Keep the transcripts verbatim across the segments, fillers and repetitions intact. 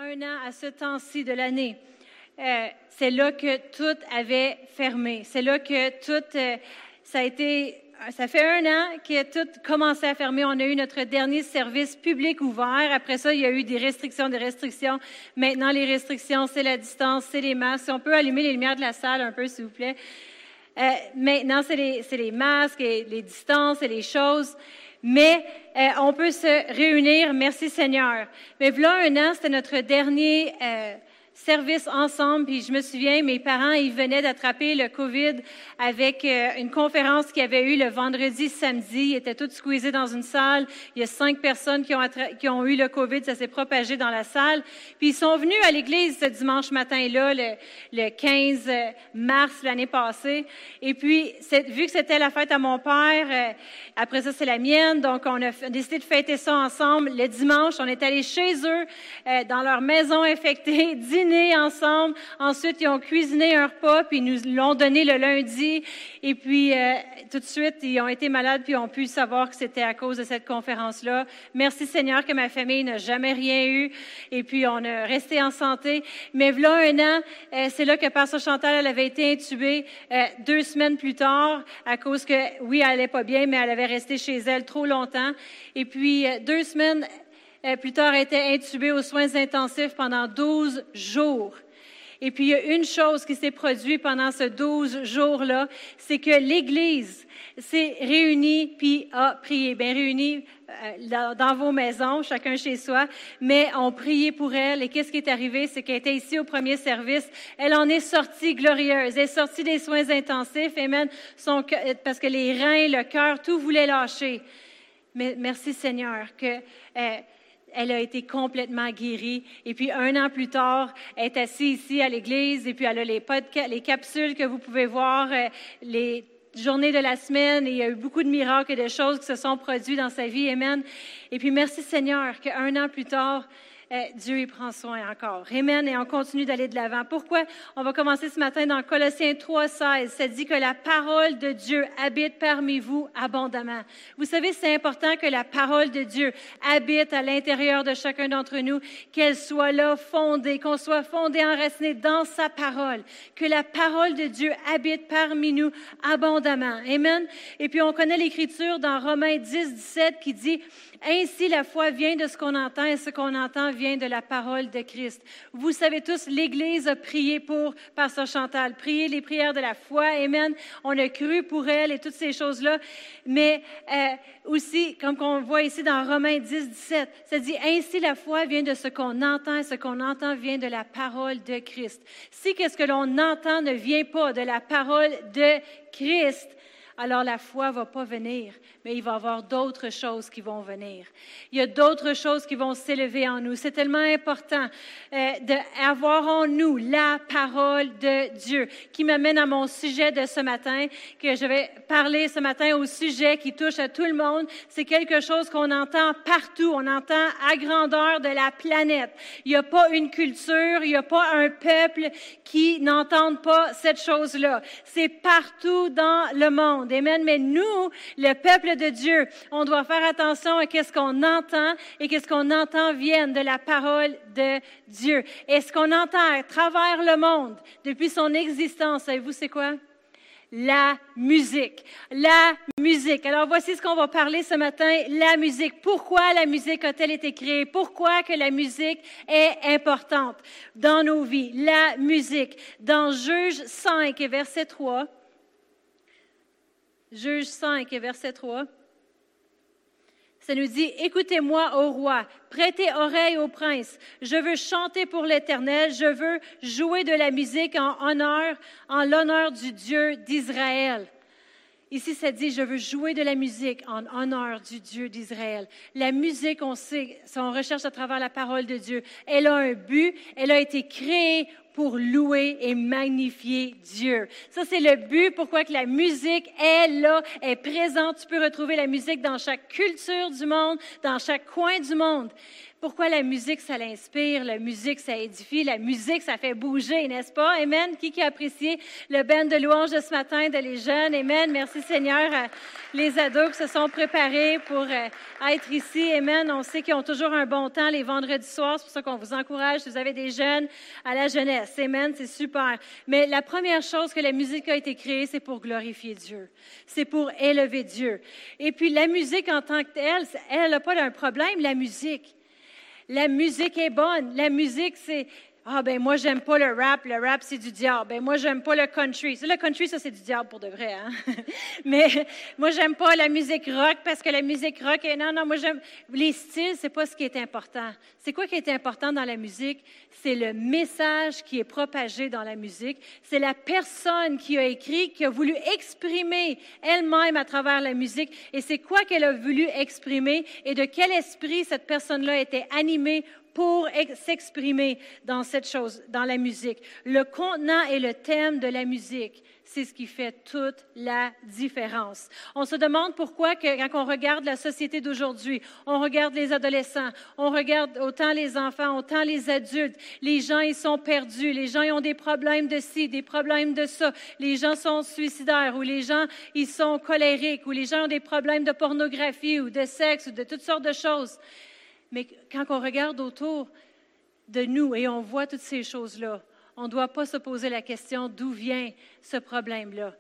un an à ce temps-ci de l'année, euh, c'est là que tout avait fermé. C'est là que tout, euh, ça a été, ça fait un an que tout commençait à fermer. On a eu notre dernier service public ouvert. Après ça, il y a eu des restrictions, des restrictions. Maintenant, les restrictions, c'est la distance, c'est les masques. Si on peut allumer les lumières de la salle un peu, s'il vous plaît. Euh, maintenant, c'est les, c'est les masques, et les distances et les choses. Mais euh, on peut se réunir, merci Seigneur. Mais voilà un an, c'était notre dernier euh, service ensemble. Puis je me souviens, mes parents, ils venaient d'attraper le COVID avec euh, une conférence qu'ils avaient eue le vendredi, samedi. Ils étaient tous squeezés dans une salle. Il y a cinq personnes qui ont, attra- qui ont eu le COVID. Ça s'est propagé dans la salle. Puis ils sont venus à l'église ce dimanche matin-là, le, le quinze mars l'année passée. Et puis, c'est, vu que c'était la fête à mon père, euh, après ça, c'est la mienne. Donc, on a f- décidé de fêter ça ensemble. Le dimanche, on est allé chez eux, euh, dans leur maison infectée, dîner ensemble. Ensuite, ils ont cuisiné un repas, puis ils nous l'ont donné le lundi. Et puis, euh, tout de suite, ils ont été malades, puis ont pu savoir que c'était à cause de cette conférence-là. Merci Seigneur que ma famille n'a jamais rien eu. Et puis, on a resté en santé. Mais voilà un an, euh, c'est là que Pasteur Chantal, elle avait été intubée euh, deux semaines plus tard, à cause que, oui, elle allait pas bien, mais elle avait resté chez elle trop longtemps. Et puis, euh, deux semaines euh, plus tard, elle était intubée aux soins intensifs pendant douze jours. Et puis, il y a une chose qui s'est produite pendant ces douze jours-là, c'est que l'Église s'est réunie puis a prié. Bien réunie euh, dans, dans vos maisons, chacun chez soi, mais on priait pour elle. Et qu'est-ce qui est arrivé? C'est qu'elle était ici au premier service. Elle en est sortie glorieuse. Elle est sortie des soins intensifs. Amen. Son, parce que les reins, le cœur, tout voulait lâcher. Mais merci Seigneur que... Euh, Elle a été complètement guérie. Et puis, un an plus tard, elle est assise ici à l'église. Et puis, elle a les, podcasts, les capsules que vous pouvez voir, euh, les journées de la semaine. Et il y a eu beaucoup de miracles et de choses qui se sont produites dans sa vie. Amen. Et puis, merci Seigneur qu'un an plus tard, euh, Dieu y prend soin encore. Amen. Et on continue d'aller de l'avant. Pourquoi? On va commencer ce matin dans Colossiens trois seize. Ça dit que la parole de Dieu habite parmi vous abondamment. Vous savez, c'est important que la parole de Dieu habite à l'intérieur de chacun d'entre nous, qu'elle soit là fondée, qu'on soit fondé, enraciné dans sa parole, que la parole de Dieu habite parmi nous abondamment. Amen. Et puis, on connaît l'Écriture dans Romains dix dix-sept qui dit « Ainsi, la foi vient de ce qu'on entend et ce qu'on entend vient de la parole de Christ. » Vous savez tous, l'Église a prié pour Pasteur Chantal, prié les prières de la foi. Amen. On a cru pour elle et toutes ces choses-là. Mais euh, aussi, comme on voit ici dans Romains dix dix-sept, ça dit « Ainsi, la foi vient de ce qu'on entend et ce qu'on entend vient de la parole de Christ. » Si qu'est-ce que l'on entend ne vient pas de la parole de Christ, alors la foi va pas venir, mais il va y avoir d'autres choses qui vont venir. Il y a d'autres choses qui vont s'élever en nous. C'est tellement important euh, d'avoir en nous la parole de Dieu, qui m'amène à mon sujet de ce matin, que je vais parler ce matin au sujet qui touche à tout le monde. C'est quelque chose qu'on entend partout, on entend à grandeur de la planète. Il n'y a pas une culture, il n'y a pas un peuple qui n'entende pas cette chose-là. C'est partout dans le monde. Amen. Mais nous, le peuple de Dieu, on doit faire attention à ce qu'on entend et que ce qu'on entend vienne de la parole de Dieu. Et ce qu'on entend à travers le monde depuis son existence, savez-vous c'est quoi? La musique. La musique. Alors, voici ce qu'on va parler ce matin, la musique. Pourquoi la musique a-t-elle été créée? Pourquoi que la musique est importante dans nos vies? La musique. Dans Juge cinq, verset trois, Juge cinq, verset trois, ça nous dit « Écoutez-moi, ô roi, prêtez oreille au prince. Je veux chanter pour l'Éternel, je veux jouer de la musique en honneur, en l'honneur du Dieu d'Israël. » Ici, ça dit « Je veux jouer de la musique en honneur du Dieu d'Israël. » La musique, on sait, si on recherche à travers la parole de Dieu, elle a un but, elle a été créée pour louer et magnifier Dieu. Ça, c'est le but pourquoi que la musique est là, est présente. Tu peux retrouver la musique dans chaque culture du monde, dans chaque coin du monde. Pourquoi la musique, ça l'inspire, la musique, ça édifie, la musique, ça fait bouger, n'est-ce pas? Amen. Qui qui a apprécié le band de louanges de ce matin, de les jeunes? Amen. Merci Seigneur. Les ados qui se sont préparés pour être ici. Amen. On sait qu'ils ont toujours un bon temps les vendredis soirs. C'est pour ça qu'on vous encourage. Si vous avez des jeunes, à la jeunesse. Amen. C'est super. Mais la première chose que la musique a été créée, c'est pour glorifier Dieu. C'est pour élever Dieu. Et puis la musique en tant que telle, elle n'a pas un problème, la musique. La musique est bonne. La musique, c'est « Ah, ben moi, j'aime pas le rap. Le rap, c'est du diable. Ben moi, j'aime pas le country. » Ça, le country, ça, c'est du diable pour de vrai. Hein? Mais moi, j'aime pas la musique rock parce que la musique rock, est... non, non, moi, j'aime... Les styles, c'est pas ce qui est important. C'est quoi qui est important dans la musique? C'est le message qui est propagé dans la musique. C'est la personne qui a écrit, qui a voulu exprimer elle-même à travers la musique. Et c'est quoi qu'elle a voulu exprimer et de quel esprit cette personne-là était animée pour s'exprimer dans cette chose, dans la musique. Le contenant et le thème de la musique, c'est ce qui fait toute la différence. On se demande pourquoi, que, quand on regarde la société d'aujourd'hui, on regarde les adolescents, on regarde autant les enfants, autant les adultes, les gens, ils sont perdus, les gens, ils ont des problèmes de ci, des problèmes de ça, les gens sont suicidaires, ou les gens, ils sont colériques, ou les gens ont des problèmes de pornographie, ou de sexe, ou de toutes sortes de choses. Mais quand on regarde autour de nous et on voit toutes ces choses-là, on ne doit pas se poser la question d'où vient ce problème-là.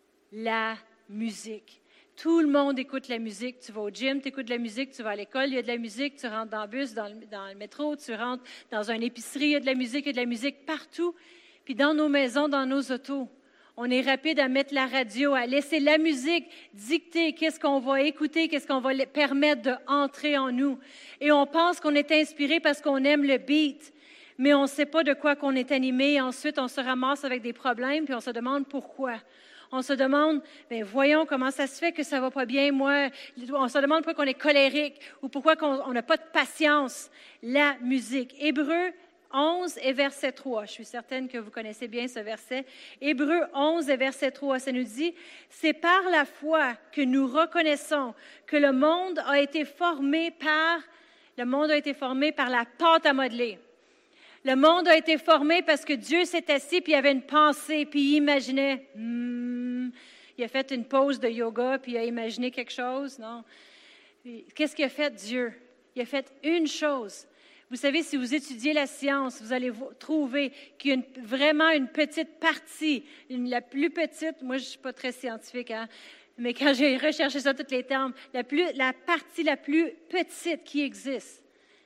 La musique. Tout le monde écoute la musique. Tu vas au gym, tu écoutes de la musique, tu vas à l'école, il y a de la musique, tu rentres dans le bus, dans le, dans le métro, tu rentres dans une épicerie, il y a de la musique, il y a de la musique partout. Puis dans nos maisons, dans nos autos. On est rapide à mettre la radio, à laisser la musique dicter qu'est-ce qu'on va écouter, qu'est-ce qu'on va permettre d'entrer en nous. Et on pense qu'on est inspiré parce qu'on aime le beat, mais on ne sait pas de quoi qu'on est animé. Et ensuite, on se ramasse avec des problèmes, puis on se demande pourquoi. On se demande, bien, voyons comment ça se fait que ça ne va pas bien, moi. On se demande pourquoi on est colérique ou pourquoi on n'a pas de patience. La musique. Hébreux onze et verset trois. Je suis certaine que vous connaissez bien ce verset. Hébreux onze et verset trois, ça nous dit « C'est par la foi que nous reconnaissons que le monde a été formé par, le monde a été formé par la pâte à modeler. Le monde a été formé parce que Dieu s'est assis puis il avait une pensée puis il imaginait. Hmm, il a fait une pause de yoga puis il a imaginé quelque chose, non? Qu'est-ce qu'il a fait Dieu? Il a fait une chose. Vous savez, si vous étudiez la science, vous allez trouver qu'il y a une, vraiment une petite partie, une, la plus petite, moi je ne suis pas très scientifique, hein, mais quand j'ai recherché ça, tous les termes, la, plus, la partie la plus petite qui existe,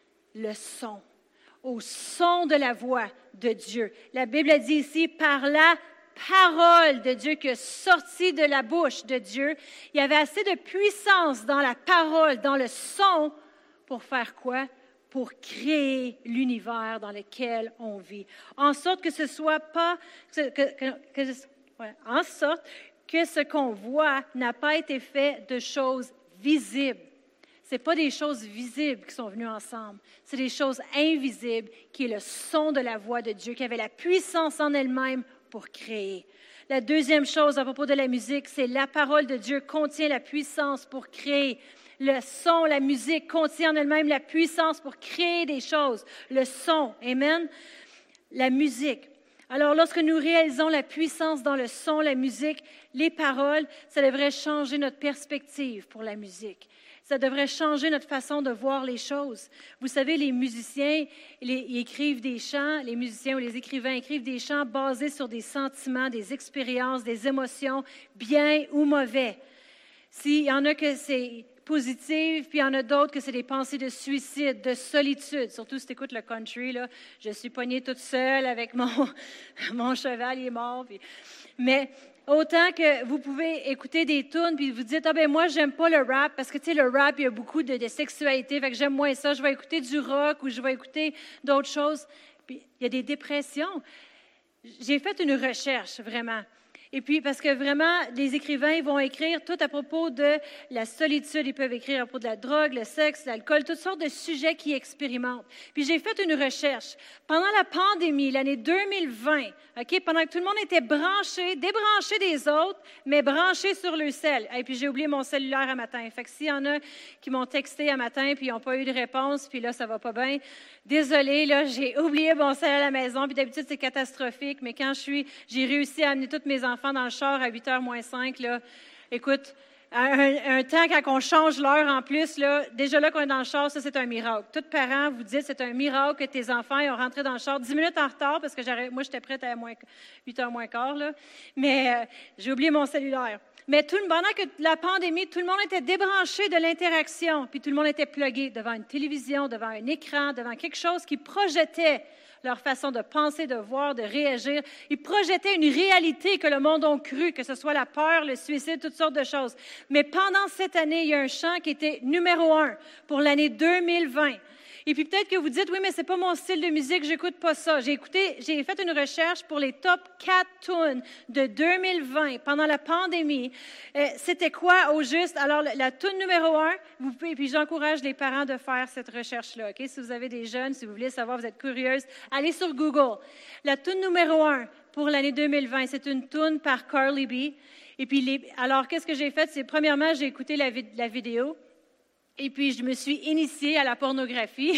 le son, au son de la voix de Dieu. La Bible a dit ici, par la parole de Dieu qui est sortie de la bouche de Dieu, il y avait assez de puissance dans la parole, dans le son, pour faire quoi? Pour créer l'univers dans lequel on vit. En sorte que ce soit pas, que, que, que, ouais, en sorte que ce qu'on voit n'a pas été fait de choses visibles. Ce n'est pas des choses visibles qui sont venues ensemble. C'est des choses invisibles qui est le son de la voix de Dieu, qui avait la puissance en elle-même pour créer. La deuxième chose à propos de la musique, c'est la parole de Dieu contient la puissance pour créer. Le son, la musique contient en elle-même la puissance pour créer des choses. Le son, amen. La musique. Alors, lorsque nous réalisons la puissance dans le son, la musique, les paroles, ça devrait changer notre perspective pour la musique. Ça devrait changer notre façon de voir les choses. Vous savez, les musiciens, les, ils écrivent des chants, les musiciens ou les écrivains écrivent des chants basés sur des sentiments, des expériences, des émotions, bien ou mauvais. S'il y en a que c'est positif, puis il y en a d'autres que c'est des pensées de suicide, de solitude. Surtout si tu écoutes le country, là, je suis pognée toute seule avec mon, mon cheval, il est mort. Puis... Mais autant que vous pouvez écouter des tunes, puis vous dites, ah ben moi, j'aime pas le rap, parce que tu sais, le rap, il y a beaucoup de, de sexualité, fait que j'aime moins ça, je vais écouter du rock ou je vais écouter d'autres choses. Puis il y a des dépressions. J'ai fait une recherche, vraiment. Et puis, parce que vraiment, les écrivains, ils vont écrire tout à propos de la solitude. Ils peuvent écrire à propos de la drogue, le sexe, l'alcool, toutes sortes de sujets qu'ils expérimentent. Puis, j'ai fait une recherche. Pendant la pandémie, l'année deux mille vingt, OK, pendant que tout le monde était branché, débranché des autres, mais branché sur le sel. Et puis, j'ai oublié mon cellulaire à matin. Fait que s'il y en a qui m'ont texté à matin, puis ils n'ont pas eu de réponse, puis là, ça va pas bien, désolée, là, j'ai oublié mon cell à la maison, puis d'habitude, c'est catastrophique, mais quand je suis, j'ai réussi à amener tous mes enfants dans le char à huit heures moins cinq, là, écoute, un, un temps quand on change l'heure en plus, là, déjà là qu'on est dans le char, ça, c'est un miracle. Tous parents vous dites, c'est un miracle que tes enfants ils ont rentré dans le char dix minutes en retard, parce que moi, j'étais prête à moins, huit heures moins quart, là, mais euh, j'ai oublié mon cellulaire. Mais tout, pendant que la pandémie, tout le monde était débranché de l'interaction, puis tout le monde était plugué devant une télévision, devant un écran, devant quelque chose qui projetait leur façon de penser, de voir, de réagir. Ils projetaient une réalité que le monde a cru, que ce soit la peur, le suicide, toutes sortes de choses. Mais pendant cette année, il y a un chant qui était numéro un pour l'année deux mille vingt. Et puis peut-être que vous dites, oui, mais c'est pas mon style de musique, j'écoute pas ça. J'ai écouté, j'ai fait une recherche pour les top quatre tunes de deux mille vingt pendant la pandémie. Euh, c'était quoi au juste? Alors, la, la tune numéro un, vous pouvez, puis j'encourage les parents de faire cette recherche-là, OK? Si vous avez des jeunes, si vous voulez savoir, vous êtes curieuse, allez sur Google. La tune numéro un pour l'année deux mille vingt, c'est une tune par Carly B. Et puis, les, alors, qu'est-ce que j'ai fait? C'est, premièrement, j'ai écouté la, la vidéo. Et puis, je me suis initiée à la pornographie.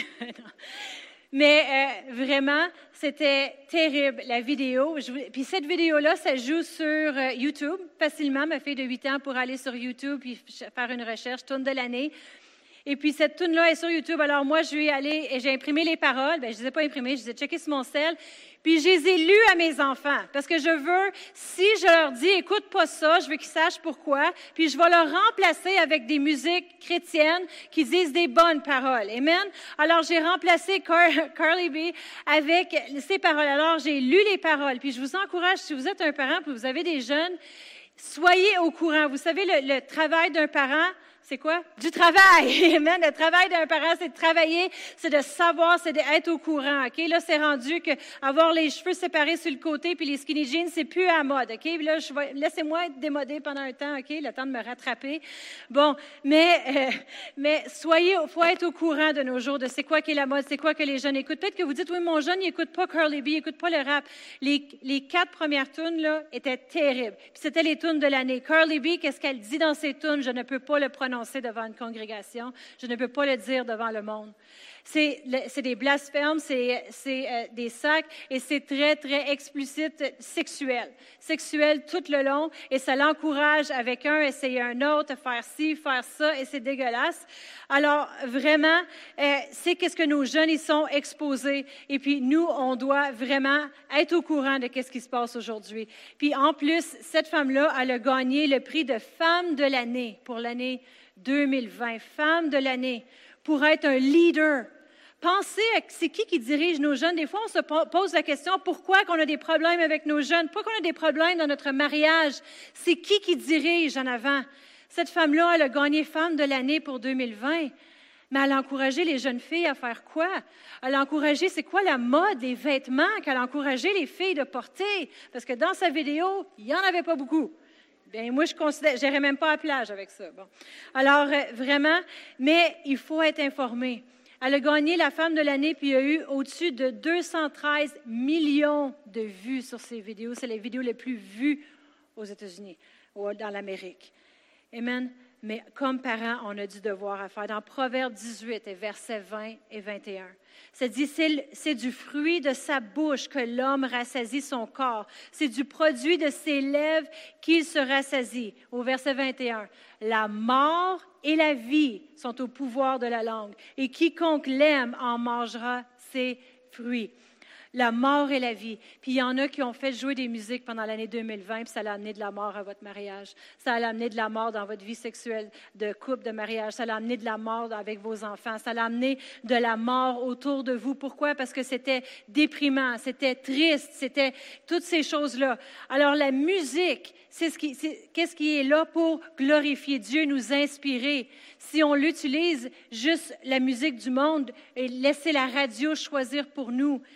Mais euh, vraiment, c'était terrible, la vidéo. Je, puis cette vidéo-là, ça joue sur euh, YouTube facilement. Ma fille de huit ans pourra aller sur YouTube puis faire une recherche, tune de l'année. Et puis, cette tune-là est sur YouTube. Alors, moi, je suis allée et j'ai imprimé les paroles. Bien, je ne les ai pas imprimées, je les ai checkées sur mon cell. Puis, je les ai lues à mes enfants. Parce que je veux, si je leur dis, écoute pas ça, je veux qu'ils sachent pourquoi. Puis, je vais leur remplacer avec des musiques chrétiennes qui disent des bonnes paroles. Amen. Alors, j'ai remplacé Car- Carly B avec ces paroles. Alors, j'ai lu les paroles. Puis, je vous encourage, si vous êtes un parent puis vous avez des jeunes, soyez au courant. Vous savez, le, le travail d'un parent, c'est quoi? Du travail. Amen. Le travail d'un parent, c'est de travailler, c'est de savoir, c'est d'être au courant. OK? Là, c'est rendu que avoir les cheveux séparés sur le côté puis les skinny jeans, c'est plus à mode. OK? Puis là, je vais, laissez-moi être démodée pendant un temps. OK? Le temps de me rattraper. Bon. Mais, euh, mais soyez, faut être au courant de nos jours de c'est quoi qui est la mode, c'est quoi que les jeunes écoutent. Peut-être que vous dites, oui, mon jeune, il écoute pas Carly B, il écoute pas le rap. Les, les quatre premières tunes, là, étaient terribles. Puis c'était les tunes de l'année. Carly B, qu'est-ce qu'elle dit dans ses tunes? Je ne peux pas le prononcer devant une congrégation. Je ne peux pas le dire devant le monde. C'est, c'est des blasphèmes, c'est, c'est euh, des sacs et c'est très, très explicite sexuel. Sexuel tout le long et ça l'encourage avec un, essayer un autre, faire ci, faire ça et c'est dégueulasse. Alors, vraiment, euh, c'est qu'est-ce que nos jeunes, ils sont exposés et puis nous, on doit vraiment être au courant de qu'est-ce qui se passe aujourd'hui. Puis en plus, cette femme-là, elle a gagné le prix de femme de l'année pour l'année deux mille vingt, femme de l'année, pour être un leader. Pensez à c'est qui qui dirige nos jeunes. Des fois, on se pose la question, pourquoi qu'on a des problèmes avec nos jeunes? Pourquoi qu'on a des problèmes dans notre mariage? C'est qui qui dirige en avant? Cette femme-là, elle a gagné femme de l'année pour deux mille vingt. Mais elle a encouragé les jeunes filles à faire quoi? Elle a encouragé, c'est quoi la mode, les vêtements qu'elle a encouragé les filles de porter? Parce que dans sa vidéo, il n'y en avait pas beaucoup. Bien, moi, je considère, j'irais même pas à la plage avec ça. Bon. Alors, euh, vraiment, mais il faut être informé. Elle a gagné la femme de l'année, puis il y a eu au-dessus de deux cent treize millions de vues sur ces vidéos. C'est les vidéos les plus vues aux États-Unis ou dans l'Amérique. Amen. Mais comme parents, on a du devoir à faire. Dans Proverbe dix-huit, et versets vingt et vingt et un, ça dit, c'est, c'est du fruit de sa bouche que l'homme rassasie son corps. C'est du produit de ses lèvres qu'il se rassasie. Au verset vingt et un, la mort et la vie sont au pouvoir de la langue, et quiconque l'aime en mangera ses fruits. La mort et la vie. Puis il y en a qui ont fait jouer des musiques pendant l'année deux mille vingt, puis ça a amené de la mort à votre mariage. Ça a amené de la mort dans votre vie sexuelle, de couple, de mariage. Ça a amené de la mort avec vos enfants. Ça a amené de la mort autour de vous. Pourquoi? Parce que c'était déprimant, c'était triste, c'était toutes ces choses-là. Alors la musique, c'est ce qui, c'est, qu'est-ce qui est là pour glorifier Dieu, nous inspirer. Si on l'utilise juste la musique du monde et laisser la radio choisir pour nous, ils vont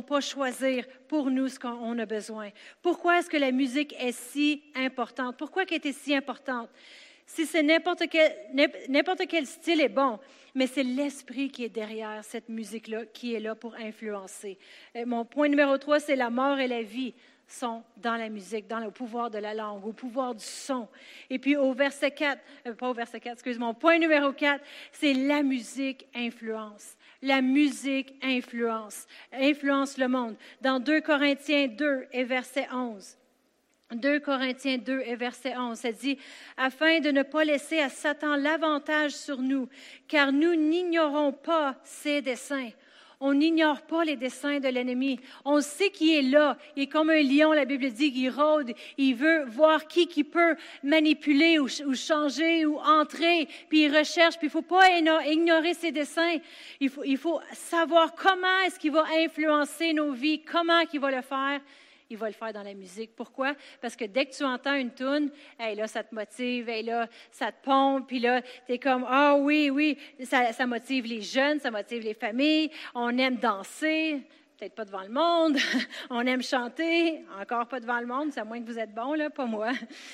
pas choisir pour nous ce qu'on a besoin. Pourquoi est-ce que la musique est si importante? Pourquoi qu'elle est si importante? Si c'est n'importe quel, n'importe quel style est bon, mais c'est l'esprit qui est derrière cette musique-là, qui est là pour influencer. Et mon point numéro trois, c'est la mort et la vie sont dans la musique, dans le pouvoir de la langue, au pouvoir du son. Et puis au verset quatre, euh, pas au verset quatre, excuse-moi, point numéro quatre, c'est la musique influence. La musique influence, influence le monde. Dans deux Corinthiens deux et verset onze, deux Corinthiens deux et verset onze, ça dit « Afin de ne pas laisser à Satan l'avantage sur nous, car nous n'ignorons pas ses desseins. » On n'ignore pas les desseins de l'ennemi. On sait qu'il est là. Il est comme un lion, la Bible dit, qu'il rôde. Il veut voir qui qui peut manipuler ou, ou changer ou entrer. Puis il recherche. Puis il ne faut pas ignorer ses desseins. Il faut, il faut savoir comment est-ce qu'il va influencer nos vies, comment il va le faire. Il va le faire dans la musique. Pourquoi? Parce que dès que tu entends une toune, hey, là, ça te motive, hey, là, ça te pompe, puis là, tu es comme, ah oh, oui, oui, ça, ça motive les jeunes, ça motive les familles, on aime danser, peut-être pas devant le monde, on aime chanter, encore pas devant le monde, c'est à moins que vous êtes bon, là, pas moi.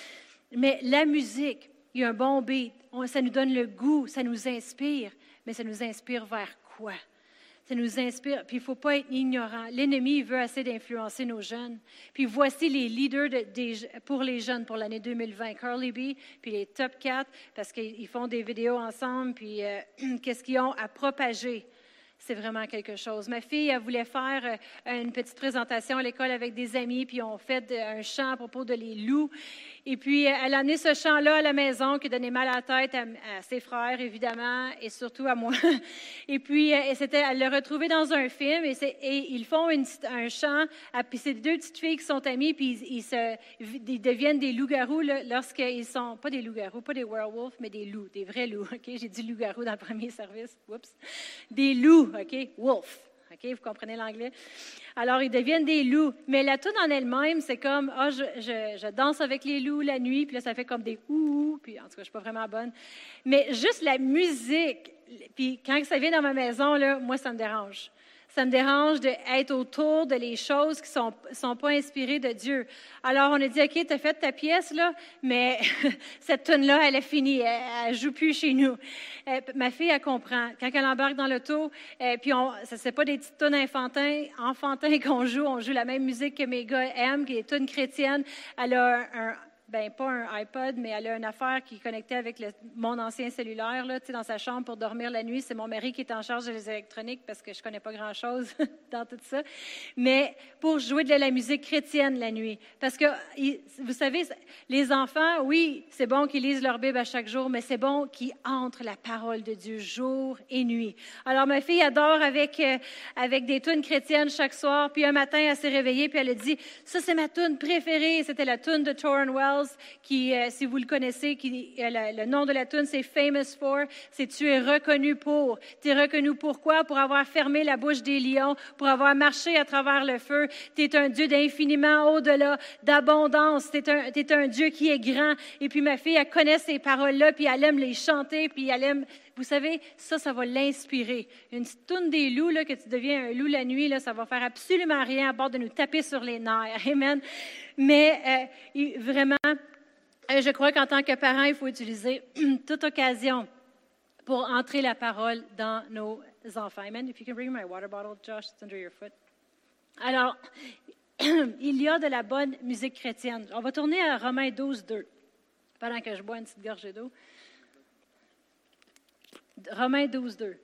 Mais la musique, il y a un bon beat, on, ça nous donne le goût, ça nous inspire, mais ça nous inspire vers quoi? Ça nous inspire. Puis il ne faut pas être ignorant. L'ennemi il veut assez d'influencer nos jeunes. Puis voici les leaders de, des, pour les jeunes pour l'année deux mille vingt. Carly B, puis les Top quatre, parce qu'ils font des vidéos ensemble, puis euh, qu'est-ce qu'ils ont à propager. C'est vraiment quelque chose. Ma fille, elle voulait faire euh, une petite présentation à l'école avec des amis, puis on fait de, un chant à propos de les loups. Et puis, elle a amené ce chant-là à la maison qui donnait mal à la tête à, à ses frères, évidemment, et surtout à moi. Et puis, et c'était, elle l'a retrouvé dans un film, et, c'est, et ils font une, un chant, puis c'est deux petites filles qui sont amies, puis ils, ils, se, ils deviennent des loups-garous là, lorsqu'ils sont, pas des loups-garous, pas des werewolves, mais des loups, des vrais loups, OK? J'ai dit loups-garous dans le premier service, oups. Des loups, OK? Wolf. OK, vous comprenez l'anglais? Alors, ils deviennent des loups. Mais la toune en elle-même, c'est comme, ah, oh, je, je, je danse avec les loups la nuit, puis là, ça fait comme des ouh, puis en tout cas, je ne suis pas vraiment bonne. Mais juste la musique, puis quand ça vient dans ma maison, là, moi, ça me dérange. Ça me dérange d'être autour de les choses qui ne sont, sont pas inspirées de Dieu. Alors, on a dit, OK, tu as fait ta pièce, là, mais cette toune-là, elle est finie. Elle ne joue plus chez nous. Euh, ma fille, elle comprend. Quand elle embarque dans l'auto, euh, puis on, ça, c'est pas des petites tounes enfantins, enfantins qu'on joue. On joue la même musique que mes gars aiment, qui est tounes chrétiennes. Elle a un... un ben pas un iPod, mais elle a une affaire qui est connectée avec le, mon ancien cellulaire, là, tu sais, dans sa chambre pour dormir la nuit. C'est mon mari qui est en charge des électroniques parce que je ne connais pas grand-chose dans tout ça. Mais pour jouer de la musique chrétienne la nuit. Parce que, vous savez, les enfants, oui, c'est bon qu'ils lisent leur Bible à chaque jour, mais c'est bon qu'ils entrent la parole de Dieu jour et nuit. Alors, ma fille adore avec, euh, avec des tunes chrétiennes chaque soir. Puis un matin, elle s'est réveillée puis elle a dit, ça, c'est ma tune préférée. C'était la tune de Tauren Wells. Qui, euh, si vous le connaissez, qui, euh, le, le nom de la tune, c'est Famous For. C'est tu es reconnu pour. Tu es reconnu pourquoi? Pour avoir fermé la bouche des lions, pour avoir marché à travers le feu. Tu es un Dieu d'infiniment au-delà, d'abondance. Tu es un, t'es un Dieu qui est grand. Et puis ma fille, elle connaît ces paroles-là, puis elle aime les chanter, puis elle aime... Vous savez, ça, ça va l'inspirer. Une petite toune des loups, là, que tu deviens un loup la nuit, là, ça va faire absolument rien à part de nous taper sur les nerfs. Amen. Mais euh, vraiment, euh, je crois qu'en tant que parent, il faut utiliser toute occasion pour entrer la parole dans nos enfants. Amen. If you can bring my water bottle, Josh, it's under your foot. Alors, il y a de la bonne musique chrétienne. On va tourner à Romains douze, deux, pendant que je bois une petite gorgée d'eau. Romains douze, deux.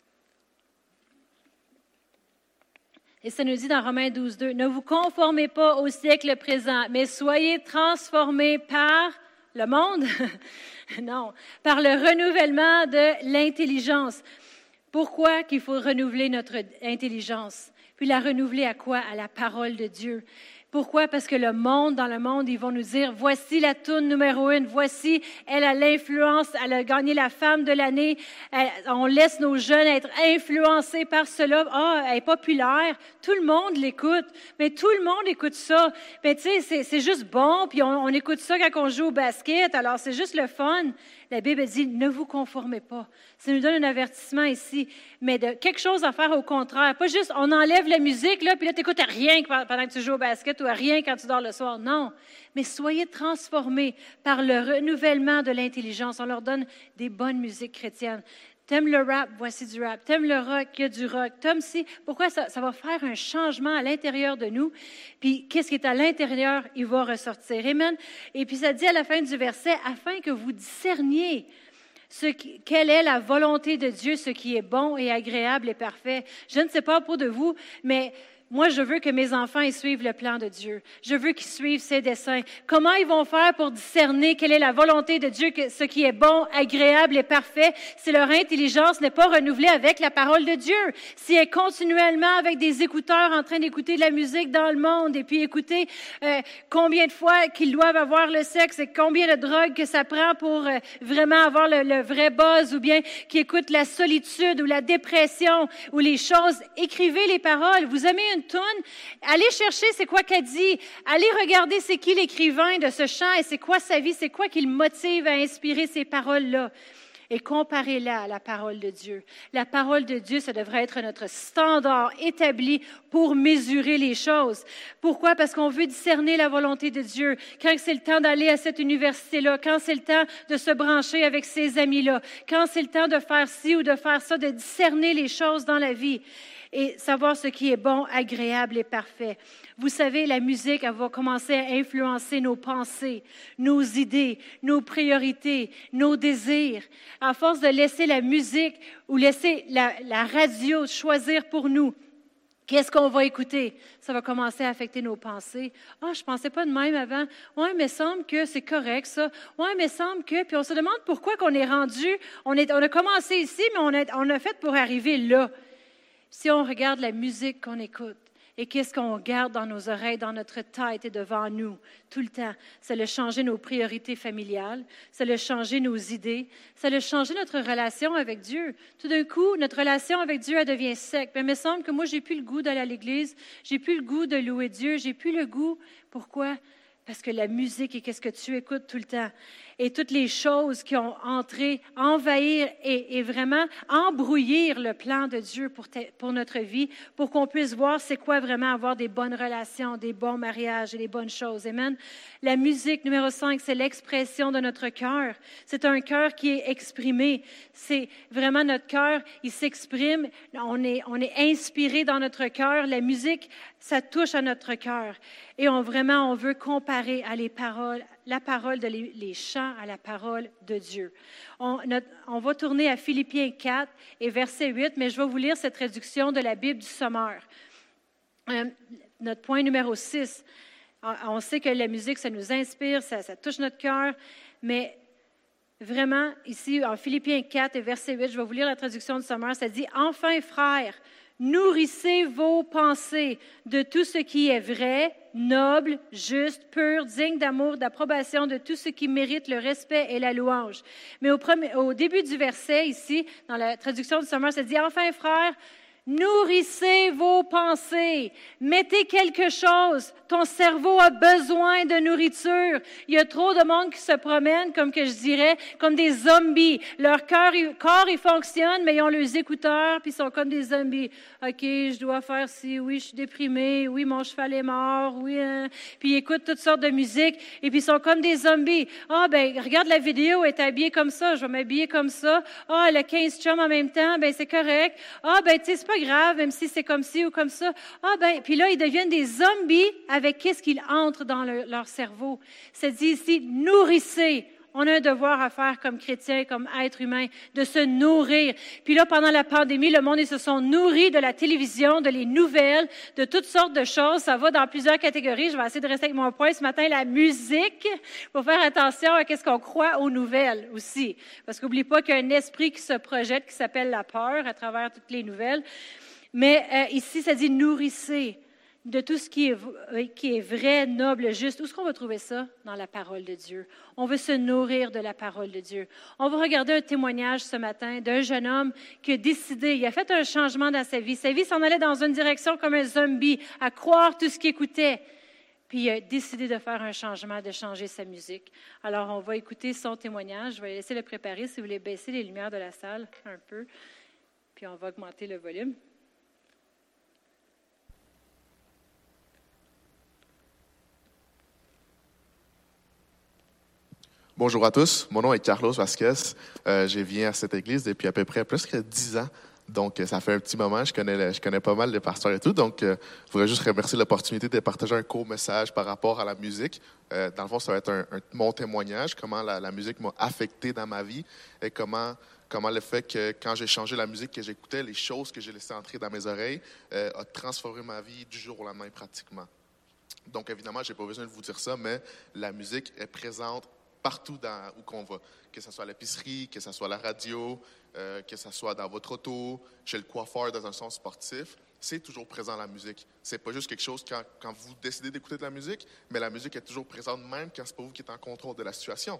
Et ça nous dit dans Romains douze, deux, « Ne vous conformez pas au siècle présent, mais soyez transformés par le monde. » Non, par le renouvellement de l'intelligence. Pourquoi qu'il faut renouveler notre intelligence? Puis la renouveler à quoi? À la parole de Dieu. Pourquoi? Parce que le monde, dans le monde, ils vont nous dire, voici la toune numéro une, voici, elle a l'influence, elle a gagné la femme de l'année, elle, on laisse nos jeunes être influencés par cela. Ah, elle est populaire, tout le monde l'écoute, mais tout le monde écoute ça. Mais tu sais, c'est, c'est juste bon, puis on, on écoute ça quand on joue au basket, alors c'est juste le fun. La Bible dit, ne vous conformez pas. Ça nous donne un avertissement ici, mais de quelque chose à faire au contraire. Pas juste, on enlève la musique, là, puis là, tu n'écoutes rien pendant que tu joues au basket ou à rien quand tu dors le soir. Non, mais soyez transformés par le renouvellement de l'intelligence. On leur donne des bonnes musiques chrétiennes. T'aimes le rap, voici du rap. T'aimes le rock, il y a du rock. T'aimes si, pourquoi ça, ça va faire un changement à l'intérieur de nous. Puis, qu'est-ce qui est à l'intérieur, il va ressortir. Amen. Et puis, ça dit à la fin du verset, afin que vous discerniez ce qui, quelle est la volonté de Dieu, ce qui est bon et agréable et parfait. Je ne sais pas pour de vous, mais moi, je veux que mes enfants ils suivent le plan de Dieu. Je veux qu'ils suivent ses desseins. Comment ils vont faire pour discerner quelle est la volonté de Dieu, que ce qui est bon, agréable et parfait, si leur intelligence n'est pas renouvelée avec la parole de Dieu? Si elle est continuellement avec des écouteurs en train d'écouter de la musique dans le monde et puis écouter euh, combien de fois qu'ils doivent avoir le sexe et combien de drogues que ça prend pour euh, vraiment avoir le, le vrai buzz, ou bien qui écoutent la solitude ou la dépression ou les choses, écrivez les paroles. Vous aimez une toune, allez chercher c'est quoi qu'elle dit, allez regarder c'est qui l'écrivain de ce chant et c'est quoi sa vie, c'est quoi qui le motive à inspirer ces paroles-là. Et comparez-la à la parole de Dieu. La parole de Dieu, ça devrait être notre standard établi pour mesurer les choses. Pourquoi? Parce qu'on veut discerner la volonté de Dieu. Quand c'est le temps d'aller à cette université-là, quand c'est le temps de se brancher avec ces amis-là, quand c'est le temps de faire ci ou de faire ça, de discerner les choses dans la vie et savoir ce qui est bon, agréable et parfait. Vous savez, la musique, elle va commencer à influencer nos pensées, nos idées, nos priorités, nos désirs. À force de laisser la musique ou laisser la, la radio choisir pour nous, qu'est-ce qu'on va écouter? Ça va commencer à affecter nos pensées. « Ah, oh, je ne pensais pas de même avant. Oui, mais il semble que c'est correct, ça. Oui, mais il semble que... » Puis on se demande pourquoi qu'on est rendu. On, est, on a commencé ici, mais on a, on a fait pour arriver là. Si on regarde la musique qu'on écoute et qu'est-ce qu'on garde dans nos oreilles, dans notre tête et devant nous tout le temps, ça a changé nos priorités familiales, ça a changé nos idées, ça a changé notre relation avec Dieu. Tout d'un coup, notre relation avec Dieu, elle devient sec. Mais il me semble que moi, j'ai plus le goût d'aller à l'église, j'ai plus le goût de louer Dieu, j'ai plus le goût. Pourquoi? Parce que la musique et qu'est-ce que tu écoutes tout le temps. Et toutes les choses qui ont entré, envahir et, et vraiment embrouillir le plan de Dieu pour, te, pour notre vie, pour qu'on puisse voir c'est quoi vraiment avoir des bonnes relations, des bons mariages et des bonnes choses. Amen. La musique, numéro cinq, c'est l'expression de notre cœur. C'est un cœur qui est exprimé. C'est vraiment notre cœur, il s'exprime. On est, on est inspiré dans notre cœur. La musique, ça touche à notre cœur. Et on vraiment, on veut comparer à les paroles, la parole de les, les chants à la parole de Dieu. On, notre, on va tourner à Philippiens quatre et verset huit, mais je vais vous lire cette traduction de la Bible du Sommeur. Euh, notre point numéro six, on sait que la musique, ça nous inspire, ça, ça touche notre cœur, mais vraiment, ici, en Philippiens quatre et verset huit, je vais vous lire la traduction du Sommeur, ça dit « Enfin, frères, nourrissez vos pensées de tout ce qui est vrai, noble, juste, pur, digne d'amour, d'approbation, de tout ce qui mérite le respect et la louange. » Mais au, premier, au début du verset, ici, dans la traduction du Sommeur, ça dit « Enfin, frères, nourrissez vos pensées. Mettez quelque chose. Ton cerveau a besoin de nourriture. Il y a trop de monde qui se promène, comme que je dirais, comme des zombies. Leur cœur, corps, il fonctionne, mais ils ont leurs écouteurs, puis ils sont comme des zombies. OK, je dois faire ci. Oui, je suis déprimé. Oui, mon cheval est mort. Oui, hein. Puis ils écoutent toutes sortes de musique, et puis ils sont comme des zombies. Ah, ben, regarde la vidéo, elle est habillée comme ça. Je vais m'habiller comme ça. Ah, elle a quinze chums en même temps. Ben, c'est correct. Ah, ben, tu sais, c'est pas grave, même si c'est comme ci ou comme ça. Ah ben, puis là, ils deviennent des zombies avec qu'est-ce qu'il entre dans le, leur cerveau. C'est dit ici, nourrissez. On a un devoir à faire comme chrétiens, comme êtres humains, de se nourrir. Puis là, pendant la pandémie, le monde, ils se sont nourris de la télévision, de les nouvelles, de toutes sortes de choses. Ça va dans plusieurs catégories. Je vais essayer de rester avec mon point ce matin. La musique, il faut faire attention à ce qu'on croit aux nouvelles aussi. Parce qu'oublie pas qu'il y a un esprit qui se projette, qui s'appelle la peur à travers toutes les nouvelles. Mais euh, ici, ça dit nourrissez. de tout ce qui est, qui est vrai, noble, juste. Où est-ce qu'on va trouver ça? Dans la parole de Dieu. On veut se nourrir de la parole de Dieu. On va regarder un témoignage ce matin d'un jeune homme qui a décidé, il a fait un changement dans sa vie. Sa vie s'en allait dans une direction comme un zombie, à croire tout ce qu'il écoutait. Puis il a décidé de faire un changement, de changer sa musique. Alors, on va écouter son témoignage. Je vais laisser le préparer si vous voulez baisser les lumières de la salle un peu. Puis on va augmenter le volume. Bonjour à tous, mon nom est Carlos Vasquez. Euh, je viens à cette église depuis à peu près presque dix ans. Donc, ça fait un petit moment, je connais, je connais pas mal les pasteurs et tout. Donc, euh, je voudrais juste remercier l'opportunité de partager un court message par rapport à la musique. Euh, dans le fond, ça va être un, un, mon témoignage, comment la, la musique m'a affecté dans ma vie et comment, comment le fait que quand j'ai changé la musique que j'écoutais, les choses que j'ai laissées entrer dans mes oreilles, euh, a transformé ma vie du jour au lendemain pratiquement. Donc, évidemment, je n'ai pas besoin de vous dire ça, mais la musique est présente partout dans, où qu'on va, que ce soit à l'épicerie, que ce soit à la radio, euh, que ce soit dans votre auto, chez le coiffeur dans un sens sportif, c'est toujours présent la musique. C'est pas juste quelque chose quand, quand vous décidez d'écouter de la musique, mais la musique est toujours présente même quand c'est pas vous qui êtes en contrôle de la situation.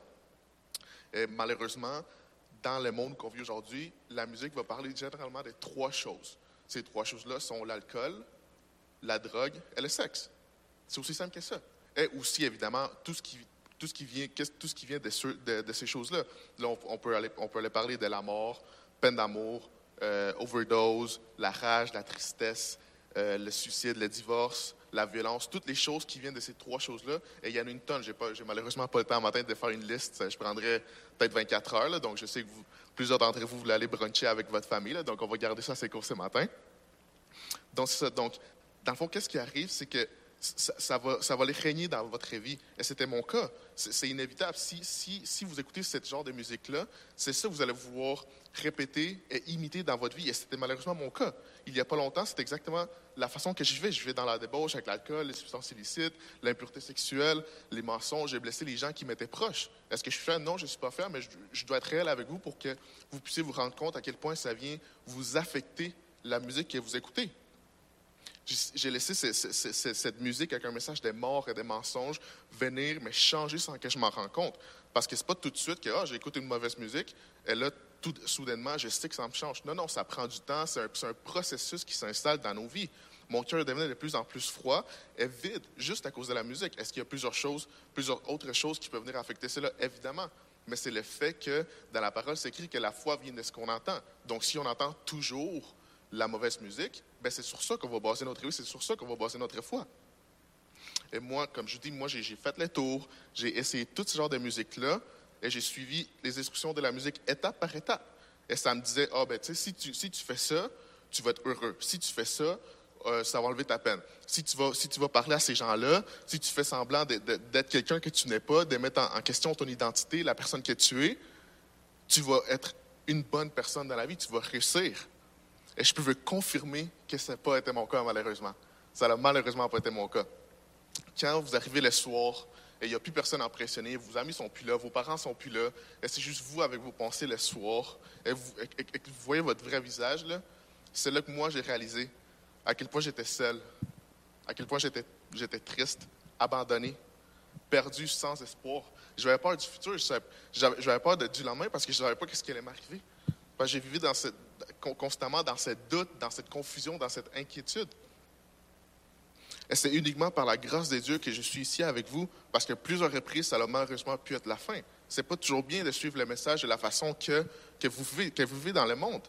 Et malheureusement, dans le monde qu'on vit aujourd'hui, la musique va parler généralement de trois choses. Ces trois choses-là sont l'alcool, la drogue et le sexe. C'est aussi simple que ça. Et aussi, évidemment, tout ce qui Tout ce qui vient, tout ce qui vient de, ce, de, de ces choses-là. Là, on, on, peut aller, on peut aller parler de la mort, peine d'amour, euh, overdose, la rage, la tristesse, euh, le suicide, le divorce, la violence, toutes les choses qui viennent de ces trois choses-là. Et il y en a une tonne. Je n'ai malheureusement pas le temps matin de faire une liste. Je prendrais peut-être vingt-quatre heures. Là, donc, je sais que vous, plusieurs d'entre vous voulez aller bruncher avec votre famille. Là, donc, on va garder ça assez court ce matin. Donc, c'est ça. Donc, dans le fond, qu'est-ce qui arrive? C'est que Ça, ça, va, ça va les régner dans votre vie. Et c'était mon cas. C'est, c'est inévitable. Si, si, si vous écoutez ce genre de musique-là, c'est ça que vous allez vouloir répéter et imiter dans votre vie. Et c'était malheureusement mon cas. Il n'y a pas longtemps, c'est exactement la façon que je vivais. Je vivais dans la débauche avec l'alcool, les substances illicites, l'impureté sexuelle, les mensonges. J'ai blessé les gens qui m'étaient proches. Est-ce que je suis fait? Non, je ne suis pas fait, mais je, je dois être réel avec vous pour que vous puissiez vous rendre compte à quel point ça vient vous affecter la musique que vous écoutez. J'ai laissé ce, ce, ce, cette musique avec un message des morts et des mensonges venir me changer sans que je m'en rende compte. Parce que ce n'est pas tout de suite que oh, j'écoute une mauvaise musique et là, tout, soudainement, je sais que ça me change. Non, non, ça prend du temps. C'est un, c'est un processus qui s'installe dans nos vies. Mon cœur devenait de plus en plus froid et vide juste à cause de la musique. Est-ce qu'il y a plusieurs choses, plusieurs autres choses qui peuvent venir affecter cela? Évidemment. Mais c'est le fait que dans la parole, c'est écrit que la foi vient de ce qu'on entend. Donc, si on entend toujours la mauvaise musique, ben c'est sur ça qu'on va baser notre vie, c'est sur ça qu'on va baser notre foi. Et moi, comme je dis, moi, j'ai, j'ai fait le tour, j'ai essayé tout ce genre de musique-là, et j'ai suivi les instructions de la musique étape par étape. Et ça me disait, ah, oh, ben, tu sais, si tu, si tu fais ça, tu vas être heureux. Si tu fais ça, euh, ça va enlever ta peine. Si tu vas, si tu vas parler à ces gens-là, si tu fais semblant de, de, d'être quelqu'un que tu n'es pas, de mettre en, en question ton identité, la personne que tu es, tu vas être une bonne personne dans la vie, tu vas réussir. Et je peux vous confirmer que ça n'a pas été mon cas, malheureusement. Ça n'a malheureusement pas été mon cas. Quand vous arrivez le soir et il n'y a plus personne à impressionner, vos amis ne sont plus là, vos parents ne sont plus là, et c'est juste vous avec vos pensées le soir, et vous, et, et, et vous voyez votre vrai visage, là, c'est là que moi j'ai réalisé à quel point j'étais seul, à quel point j'étais, j'étais triste, abandonné, perdu, sans espoir. J'avais peur du futur, j'avais, j'avais peur de, du lendemain parce que je ne savais pas ce qui allait m'arriver. Parce que j'ai vécu dans cette, constamment dans cette doute, dans cette confusion, dans cette inquiétude. Et c'est uniquement par la grâce de Dieu que je suis ici avec vous, parce que plusieurs reprises, ça a malheureusement pu être la fin. Ce n'est pas toujours bien de suivre le message de la façon que, que, vous, vivez, que vous vivez dans le monde.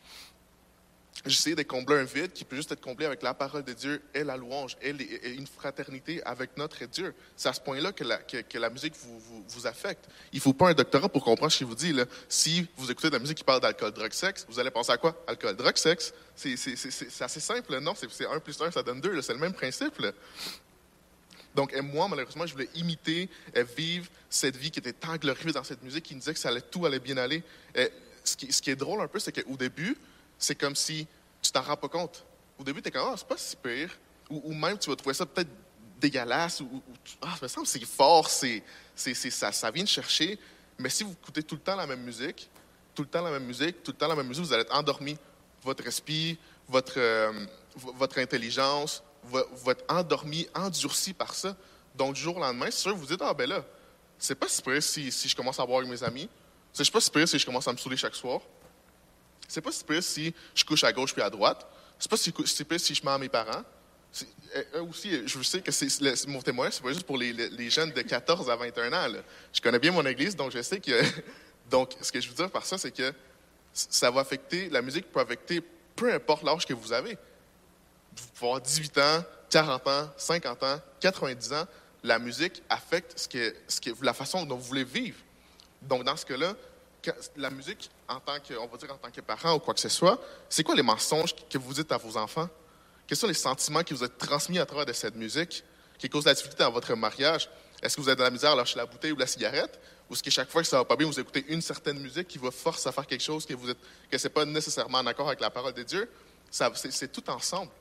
J'essaie de combler un vide qui peut juste être comblé avec la parole de Dieu et la louange et, les, et une fraternité avec notre Dieu. C'est à ce point-là que la, que, que la musique vous, vous, vous affecte. Il ne faut pas un doctorat pour comprendre ce qu'il vous dit. Là. Si vous écoutez de la musique qui parle d'alcool, drogue, sexe, vous allez penser à quoi? Alcool, drogue, sexe. C'est, c'est, c'est, c'est assez simple, non? C'est, c'est un plus un, ça donne deux. Là. C'est le même principe. Là. Donc, et moi, malheureusement, je voulais imiter et vivre cette vie qui était tant glorieuse dans cette musique qui me disait que ça allait, tout allait bien aller. Et ce, qui, ce qui est drôle un peu, c'est qu'au début, c'est comme si tu t'en rends pas compte. Au début, tu es comme, ah, c'est pas si pire. Ou, ou même, tu vas trouver ça peut-être dégueulasse. Ou, ou ah, ça me semble c'est fort, c'est, c'est, c'est, ça, ça vient de chercher. Mais si vous écoutez tout le temps la même musique, tout le temps la même musique, tout le temps la même musique, vous allez être endormi. Votre esprit, votre, euh, votre intelligence, va, va être endormi, endurci par ça. Donc, du jour au lendemain, c'est sûr, vous dites, ah ben là, c'est pas si pire si, si je commence à boire avec mes amis. C'est pas si pire si je commence à me saouler chaque soir. C'est pas si pire si je couche à gauche puis à droite. C'est pas si, si pire si je mens à mes parents. C'est, eux aussi, je sais que c'est, c'est, mon témoin, c'est pas juste pour les, les, les jeunes de quatorze à vingt et un ans. Là. Je connais bien mon église, donc je sais que... donc, ce que je veux dire par ça, c'est que ça va affecter... La musique peut affecter peu importe l'âge que vous avez. Vous pouvez avoir dix-huit ans, quarante ans, cinquante ans, quatre-vingt-dix ans. La musique affecte ce que, ce que, la façon dont vous voulez vivre. Donc, dans ce cas-là, quand, la musique, en tant que, on va dire en tant que parent ou quoi que ce soit, c'est quoi les mensonges que vous dites à vos enfants? Quels sont les sentiments qui vous êtes transmis à travers de cette musique qui causent la difficulté dans votre mariage? Est-ce que vous êtes dans la misère à lâcher la bouteille ou la cigarette? Ou est-ce que chaque fois que ça va pas bien, vous écoutez une certaine musique qui vous force à faire quelque chose que vous êtes, que c'est pas nécessairement en accord avec la parole de Dieu? Ça, c'est, c'est tout ensemble.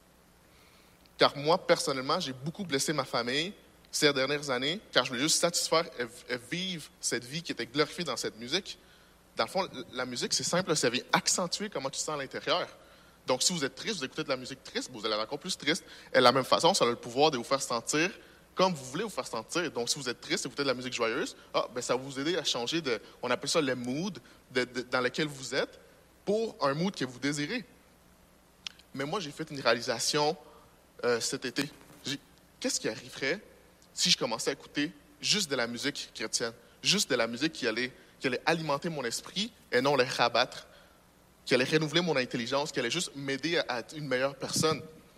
Car moi, personnellement, j'ai beaucoup blessé ma famille ces dernières années, car je voulais juste satisfaire et, et vivre cette vie qui était glorifiée dans cette musique. Dans le fond, la musique, c'est simple, ça vient accentuer comment tu te sens à l'intérieur. Donc, si vous êtes triste, vous écoutez de la musique triste, vous allez être encore plus triste. Et de la même façon, ça a le pouvoir de vous faire sentir comme vous voulez vous faire sentir. Donc, si vous êtes triste, écoutez de la musique joyeuse, ah, ben, ça va vous aider à changer de, on appelle ça le mood de, de, dans lequel vous êtes pour un mood que vous désirez. Mais moi, j'ai fait une réalisation euh, cet été. J'ai, qu'est-ce qui arriverait si je commençais à écouter juste de la musique chrétienne, juste de la musique qui allait, qui allait alimenter mon esprit et non le rabattre, qui allait renouveler mon intelligence, qui allait juste m'aider à être une meilleure personne?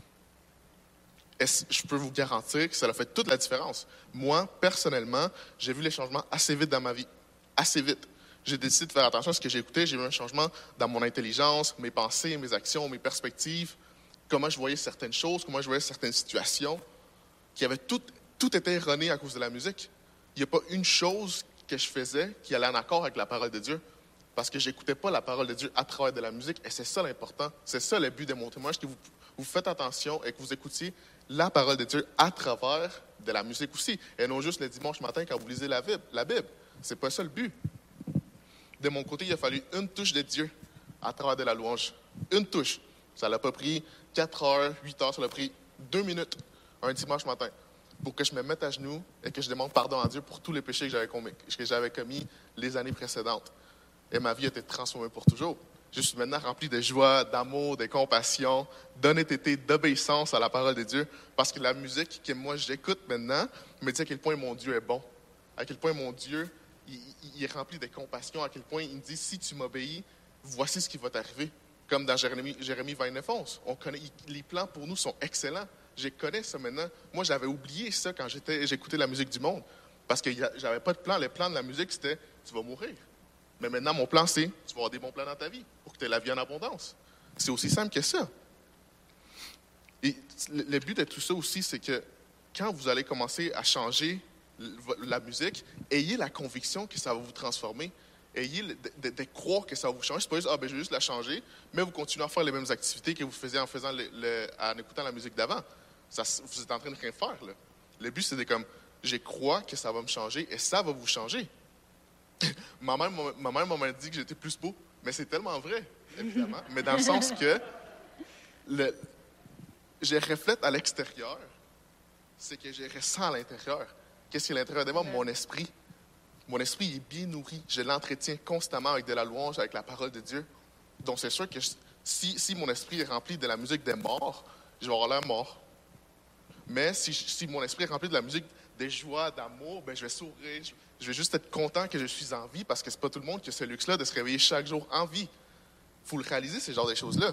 Et je peux vous garantir que ça a fait toute la différence. Moi, personnellement, j'ai vu les changements assez vite dans ma vie. Assez vite. J'ai décidé de faire attention à ce que j'écoutais. J'ai vu un changement dans mon intelligence, mes pensées, mes actions, mes perspectives, comment je voyais certaines choses, comment je voyais certaines situations, qui avaient tout, tout été erroné à cause de la musique. Il n'y a pas une chose que je faisais qui allait en accord avec la parole de Dieu. Parce que je n'écoutais pas la parole de Dieu à travers de la musique. Et c'est ça l'important. C'est ça le but de mon témoignage, que vous, vous faites attention et que vous écoutiez la parole de Dieu à travers de la musique aussi. Et non juste le dimanche matin quand vous lisez la Bible. La Bible. C'est pas ça le but. De mon côté, il a fallu une touche de Dieu à travers de la louange. Une touche. Ça l'a pas pris quatre heures, huit heures. Ça l'a pris deux minutes un dimanche matin pour que je me mette à genoux et que je demande pardon à Dieu pour tous les péchés que j'avais commis, que j'avais commis les années précédentes. Et ma vie a été transformée pour toujours. Je suis maintenant rempli de joie, d'amour, de compassion, d'honnêteté, d'obéissance à la parole de Dieu. Parce que la musique que moi j'écoute maintenant me dit à quel point mon Dieu est bon. À quel point mon Dieu il, il est rempli de compassion. À quel point il me dit, si tu m'obéis, voici ce qui va t'arriver. Comme dans Jérémie, Jérémie vingt-neuf onze. On connaît, les plans pour nous sont excellents. Je connais ça maintenant. Moi, j'avais oublié ça quand j'étais, j'écoutais la musique du monde. Parce que j'avais pas de plan. Les plans de la musique, c'était, tu vas mourir. Mais maintenant, mon plan, c'est, tu vas avoir des bons plans dans ta vie pour que tu aies la vie en abondance. C'est aussi simple que ça. Et le but de tout ça aussi, c'est que quand vous allez commencer à changer la musique, ayez la conviction que ça va vous transformer. Ayez de, de, de croire que ça va vous changer. C'est pas juste, ah ben je vais juste la changer, mais vous continuez à faire les mêmes activités que vous faisiez en, faisant le, le, en écoutant la musique d'avant. Ça, vous êtes en train de rien faire, là. Le but, c'est de comme, je crois que ça va me changer et ça va vous changer. ma mère, ma mère m'a dit que j'étais plus beau, mais c'est tellement vrai, évidemment. Mais dans le sens que le, je reflète à l'extérieur, c'est que je ressens à l'intérieur. Qu'est-ce qui est à l'intérieur de moi? Mon esprit. Mon esprit est bien nourri. Je l'entretiens constamment avec de la louange, avec la parole de Dieu. Donc, c'est sûr que je, si, si mon esprit est rempli de la musique des morts, je vais avoir l'air mort. Mais si, si mon esprit est rempli de la musique des joies, d'amour, ben je vais sourire. Je, je vais juste être content que je suis en vie parce que c'est pas tout le monde qui a ce luxe-là de se réveiller chaque jour en vie. Il faut le réaliser, ce genre de choses-là.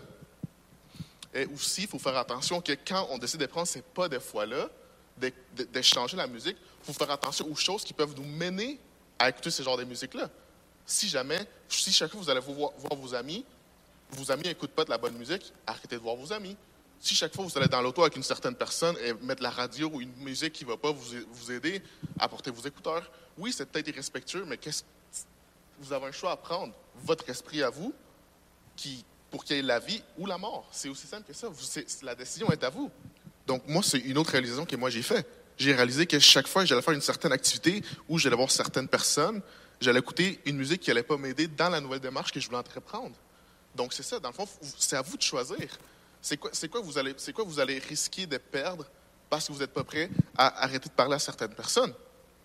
Et aussi, il faut faire attention que quand on décide de prendre ces pas de foi-là, de, de, de changer la musique, il faut faire attention aux choses qui peuvent nous mener à écouter ce genre de musique-là. Si jamais, si chaque fois vous allez voir, voir vos amis, vos amis n'écoutent pas de la bonne musique, arrêtez de voir vos amis. Si chaque fois vous allez dans l'auto avec une certaine personne et mettre la radio ou une musique qui ne va pas vous, vous aider, apportez vos écouteurs. Oui, c'est peut-être irrespectueux, mais qu'est-ce, vous avez un choix à prendre. Votre esprit à vous, qui, pour qu'il y ait la vie ou la mort. C'est aussi simple que ça. Vous, c'est, la décision est à vous. Donc moi, c'est une autre réalisation que moi j'ai faite. J'ai réalisé que chaque fois que j'allais faire une certaine activité ou j'allais voir certaines personnes, j'allais écouter une musique qui n'allait pas m'aider dans la nouvelle démarche que je voulais entreprendre. Donc c'est ça, dans le fond, c'est à vous de choisir. C'est quoi, c'est quoi, vous allez, c'est quoi vous allez risquer de perdre parce que vous n'êtes pas prêt à arrêter de parler à certaines personnes?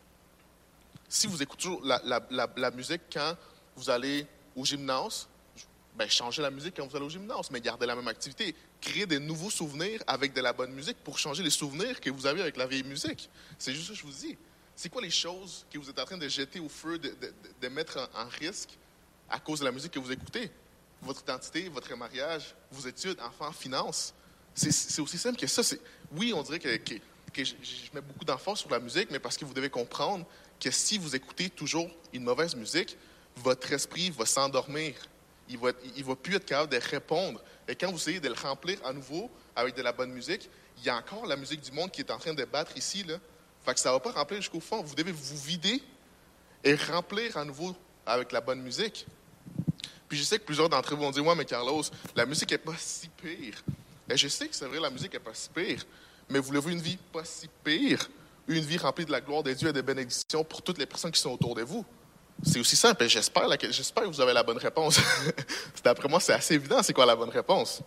Si vous écoutez toujours la, la, la, la musique quand vous allez au gymnase, ben changez la musique quand vous allez au gymnase, mais gardez la même activité. Créez des nouveaux souvenirs avec de la bonne musique pour changer les souvenirs que vous avez avec la vieille musique. C'est juste ça que je vous dis. C'est quoi les choses que vous êtes en train de jeter au feu, de, de, de mettre en, en risque à cause de la musique que vous écoutez? Votre identité, votre mariage, vos études, enfants, finances. C'est, c'est aussi simple que ça. C'est, oui, on dirait que, que, que je, je mets beaucoup d'emphase sur la musique, mais parce que vous devez comprendre que si vous écoutez toujours une mauvaise musique, votre esprit va s'endormir. Il va, il va plus être capable de répondre. Et quand vous essayez de le remplir à nouveau avec de la bonne musique, il y a encore la musique du monde qui est en train de battre ici, là. Fait que ça ne va pas remplir jusqu'au fond. Vous devez vous vider et remplir à nouveau avec la bonne musique. Puis je sais que plusieurs d'entre vous vont dire « Ouais, mais Carlos, la musique n'est pas si pire. » Et je sais que c'est vrai, la musique n'est pas si pire. Mais voulez-vous une vie pas si pire? Une vie remplie de la gloire de Dieu et de bénédictions pour toutes les personnes qui sont autour de vous? C'est aussi simple. Et j'espère, j'espère que vous avez la bonne réponse. D'après moi, c'est assez évident c'est quoi la bonne réponse.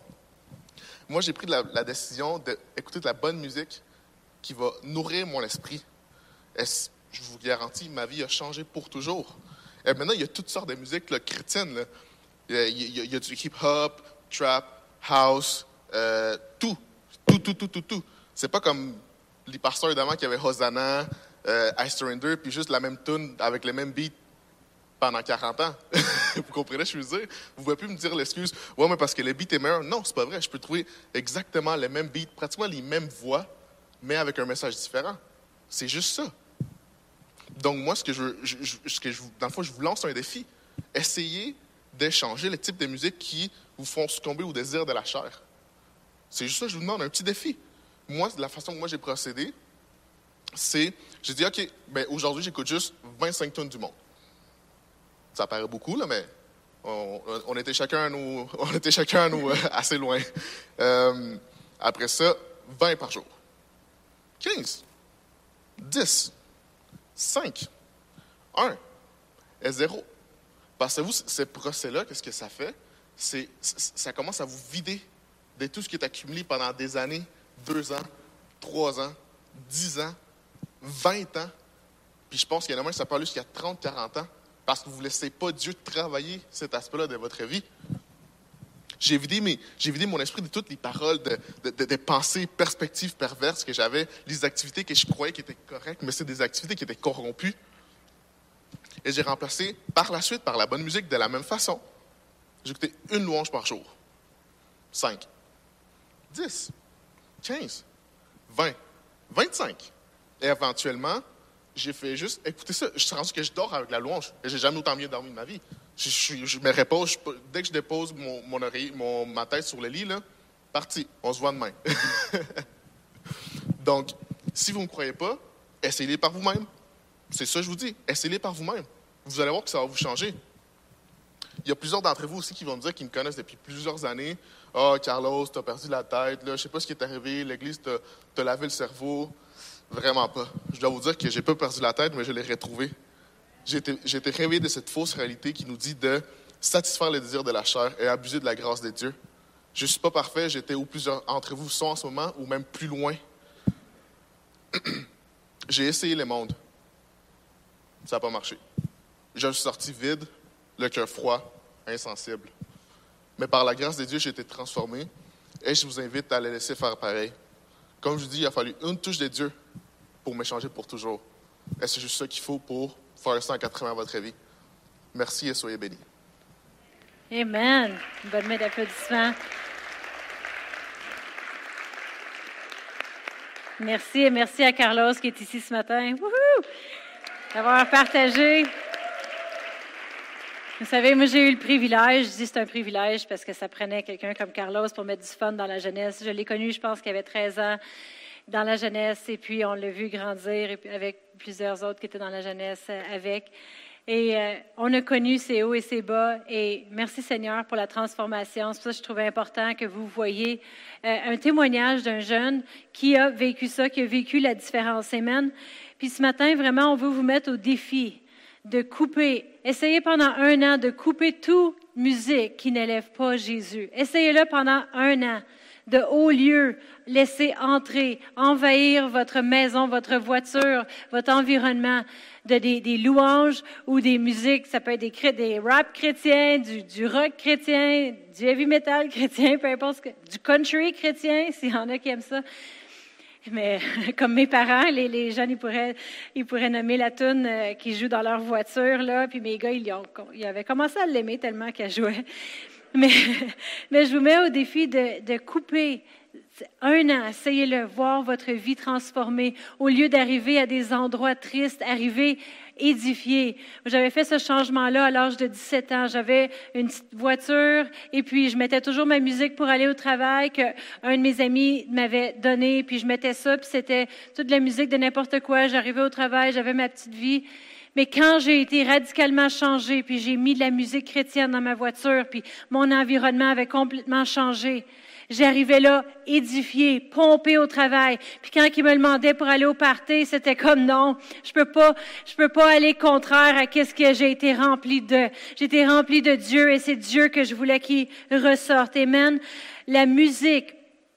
Moi, j'ai pris la, la décision d'écouter de la bonne musique qui va nourrir mon esprit. Et je vous garantis, ma vie a changé pour toujours. Et maintenant, il y a toutes sortes de musiques là, chrétiennes. Là. Il, y a, il, y a, il y a du hip-hop, trap, house, euh, tout. Tout, tout, tout, tout, tout. C'est pas comme les pasteurs d'avant qui avaient Hosanna, euh, I Surrender, puis juste la même tune avec les mêmes beats pendant quarante ans. Vous comprenez ce que je veux dire? Vous ne pouvez plus me dire l'excuse « Ouais, mais parce que le beat est meilleur. » Non, c'est pas vrai. Je peux trouver exactement les mêmes beats, pratiquement les mêmes voix, mais avec un message différent. C'est juste ça. Donc, moi, ce que je, je, je, ce que je, dans le fond, je vous lance un défi. Essayez d'échanger les types de musique qui vous font succomber au désir de la chair. C'est juste ça que je vous demande, un petit défi. Moi, la façon que moi j'ai procédé, c'est, j'ai dit, OK, ben, aujourd'hui, j'écoute juste vingt-cinq tonnes du monde. Ça paraît beaucoup, là, mais on, on était chacun à nous, on était chacun à nous euh, assez loin. Euh, après ça, vingt par jour. quinze, dix, cinq, un et zéro. Pensez-vous, ce procès-là, qu'est-ce que ça fait? C'est, ça commence à vous vider de tout ce qui est accumulé pendant des années, deux ans, trois ans, dix ans, vingt ans. Puis je pense qu'il y en a même, ça peut aller jusqu'à trente, quarante ans, parce que vous ne laissez pas Dieu travailler cet aspect-là de votre vie. J'ai vidé, mes, j'ai vidé mon esprit de toutes les paroles, de, de, de, des pensées, perspectives perverses que j'avais, les activités que je croyais qui étaient correctes, mais c'est des activités qui étaient corrompues. Et j'ai remplacé par la suite par la bonne musique de la même façon. J'écoutais une louange par jour. cinq, dix, quinze, vingt, vingt-cinq. Et éventuellement, j'ai fait juste écouter ça. Je suis rendu que je dors avec la louange. Et j'ai jamais autant bien dormi de ma vie. Je, je, je me repose. Je, dès que je dépose mon, mon oreille, mon, ma tête sur le lit, là, parti. On se voit demain. Donc, si vous ne me croyez pas, essayez-les par vous-même. C'est ça que je vous dis. Essayez-les par vous-même. Vous allez voir que ça va vous changer. Il y a plusieurs d'entre vous aussi qui vont me dire, qui me connaissent depuis plusieurs années. « Ah, oh, Carlos, t'as perdu la tête. Là. Je ne sais pas ce qui est arrivé. L'Église t'a, t'a lavé le cerveau. » Vraiment pas. Je dois vous dire que j'ai pas perdu la tête, mais je l'ai retrouvé. J'ai été, j'ai été réveillé de cette fausse réalité qui nous dit de satisfaire les désirs de la chair et abuser de la grâce de Dieu. Je ne suis pas parfait. J'étais où plusieurs d'entre vous sont en ce moment, ou même plus loin. J'ai essayé les mondes. Ça n'a pas marché. Je suis sorti vide, le cœur froid, insensible. Mais par la grâce de Dieu, j'ai été transformé et je vous invite à le laisser faire pareil. Comme je vous dis, il a fallu une touche de Dieu pour m'échanger pour toujours. Et c'est juste ça qu'il faut pour faire cent quatre-vingts à votre vie. Merci et soyez bénis. Amen. Une bonne main d'applaudissements. Merci et merci à Carlos qui est ici ce matin. Wouhou! D'avoir partagé. Vous savez, moi, j'ai eu le privilège, je dis c'est un privilège parce que ça prenait quelqu'un comme Carlos pour mettre du fun dans la jeunesse. Je l'ai connu, je pense qu'il avait treize ans dans la jeunesse et puis on l'a vu grandir et puis avec plusieurs autres qui étaient dans la jeunesse avec. Et euh, on a connu ses hauts et ses bas et merci Seigneur pour la transformation. C'est pour ça que je trouvais important que vous voyiez euh, un témoignage d'un jeune qui a vécu ça, qui a vécu la différence. Amen. Puis ce matin, vraiment, on veut vous mettre au défi de couper. Essayez pendant un an de couper toute musique qui n'élève pas Jésus. Essayez-le pendant un an. de hauts lieux, laisser entrer, envahir votre maison, votre voiture, votre environnement, de des, des louanges ou des musiques, ça peut être des, des rap chrétiens, du, du rock chrétien, du heavy metal chrétien, peu importe, ce que, du country chrétien, s'il y en a qui aiment ça. Mais comme mes parents, les, les jeunes, ils pourraient, ils pourraient nommer la toune euh, qui joue dans leur voiture, là, puis mes gars, ils, ont, ils avaient commencé à l'aimer tellement qu'elle jouait. Mais, mais je vous mets au défi de, de couper un an, essayez-le, voir votre vie transformée. Au lieu d'arriver à des endroits tristes, arriver édifié. J'avais fait ce changement-là à l'âge de dix-sept ans. J'avais une petite voiture et puis je mettais toujours ma musique pour aller au travail qu'un de mes amis m'avait donné. Puis je mettais ça, puis c'était toute la musique de n'importe quoi. J'arrivais au travail, j'avais ma petite vie. Mais quand j'ai été radicalement changée, puis j'ai mis de la musique chrétienne dans ma voiture, puis mon environnement avait complètement changé, j'arrivais là, édifiée, pompée au travail. Puis quand ils me demandaient pour aller au party, c'était comme non, je peux pas, je peux pas aller contraire à qu'est-ce que j'ai été remplie de. J'ai été remplie de Dieu et c'est Dieu que je voulais qu'il ressorte. Amen. La musique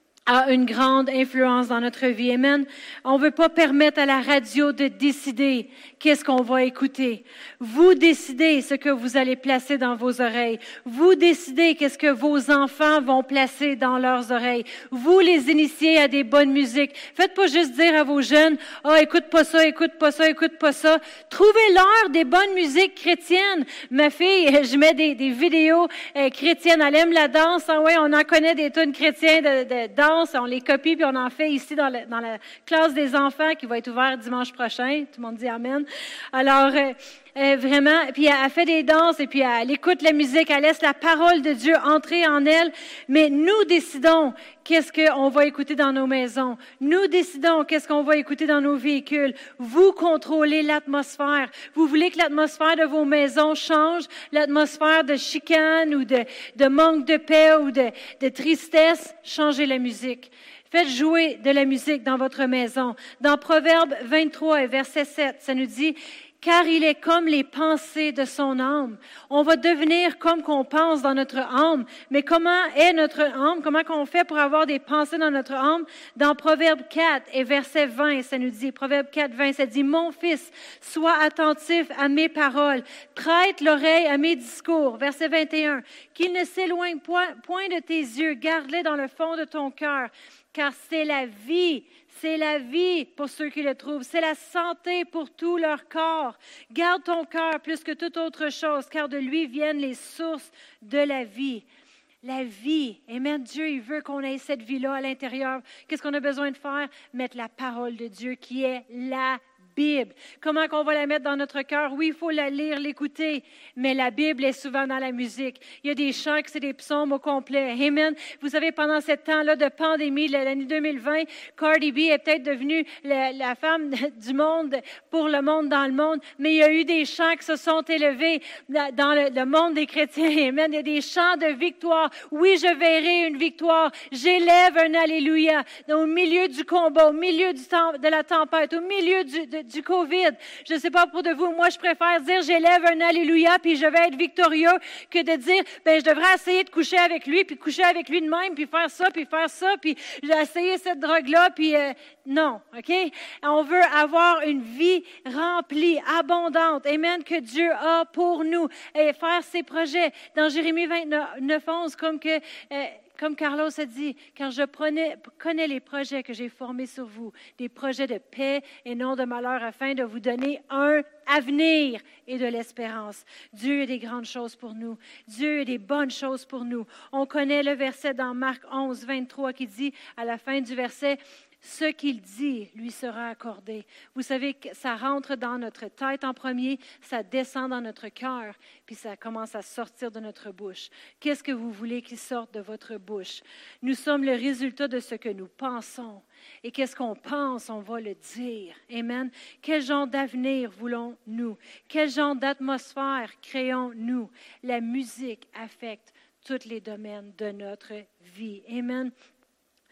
a une grande influence dans notre vie. Amen. On ne veut pas permettre à la radio de décider qu'est-ce qu'on va écouter. Vous décidez ce que vous allez placer dans vos oreilles. Vous décidez qu'est-ce que vos enfants vont placer dans leurs oreilles. Vous les initiez à des bonnes musiques. Faites pas juste dire à vos jeunes, « Ah, oh, écoute pas ça, écoute pas ça, écoute pas ça. » Trouvez-leur des bonnes musiques chrétiennes. Ma fille, je mets des, des vidéos euh, chrétiennes. Elle aime la danse. Ah ouais, on en connaît des tunes chrétiennes de, de danse. On les copie, puis on en fait ici dans, le, dans la classe des enfants qui va être ouverte dimanche prochain. Tout le monde dit Amen. Alors, euh, euh, vraiment, puis elle, elle fait des danses, et puis elle, elle écoute la musique, elle laisse la parole de Dieu entrer en elle. Mais nous décidons qu'est-ce qu'on va écouter dans nos maisons. Nous décidons qu'est-ce qu'on va écouter dans nos véhicules. Vous contrôlez l'atmosphère. Vous voulez que l'atmosphère de vos maisons change, l'atmosphère de chicane ou de, de manque de paix ou de, de tristesse, changez la musique. Faites jouer de la musique dans votre maison. Dans Proverbe vingt-trois et verset sept, ça nous dit « Car il est comme les pensées de son âme. » On va devenir comme qu'on pense dans notre âme. Mais comment est notre âme? Comment qu'on fait pour avoir des pensées dans notre âme? Dans Proverbe quatre et verset vingt, ça nous dit, Proverbe quatre, vingt, ça dit « Mon fils, sois attentif à mes paroles. Prête l'oreille à mes discours. » Verset vingt et un, « Qu'il ne s'éloigne point, point de tes yeux. Garde-les dans le fond de ton cœur. Car c'est la vie. C'est la vie pour ceux qui le trouvent. C'est la santé pour tout leur corps. Garde ton cœur plus que toute autre chose, car de lui viennent les sources de la vie. La vie. Amen. Dieu, il veut qu'on ait cette vie-là à l'intérieur. Qu'est-ce qu'on a besoin de faire? Mettre la parole de Dieu qui est la Bible. Comment qu'on va la mettre dans notre cœur? Oui, il faut la lire, l'écouter, mais la Bible est souvent dans la musique. Il y a des chants que c'est des psaumes au complet. Amen. Vous savez, pendant ce temps-là de pandémie, l'année deux mille vingt, Cardi B est peut-être devenue la, la femme du monde pour le monde dans le monde, mais il y a eu des chants qui se sont élevés dans le, le monde des chrétiens. Amen. Il y a des chants de victoire. Oui, je verrai une victoire. J'élève un alléluia. Au milieu du combat, au milieu du temps, de la tempête, au milieu du, de, du COVID. Je ne sais pas pour de vous, moi je préfère dire j'élève un alléluia puis je vais être victorieux que de dire ben je devrais essayer de coucher avec lui puis coucher avec lui de même puis faire ça puis faire ça puis j'ai essayé cette drogue-là puis euh, non, OK? On veut avoir une vie remplie, abondante, amen, que Dieu a pour nous et faire ses projets. Dans Jérémie vingt-neuf, onze, comme que... Euh, Comme Carlos a dit, car je prenais, connais les projets que j'ai formés sur vous, des projets de paix et non de malheur, afin de vous donner un avenir et de l'espérance. Dieu a des grandes choses pour nous. Dieu a des bonnes choses pour nous. On connaît le verset dans Marc onze, vingt-trois qui dit, à la fin du verset, ce qu'il dit lui sera accordé. Vous savez que ça rentre dans notre tête en premier, ça descend dans notre cœur, puis ça commence à sortir de notre bouche. Qu'est-ce que vous voulez qu'il sorte de votre bouche? Nous sommes le résultat de ce que nous pensons. Et qu'est-ce qu'on pense, on va le dire. Amen. Quel genre d'avenir voulons-nous? Quel genre d'atmosphère créons-nous? La musique affecte tous les domaines de notre vie. Amen.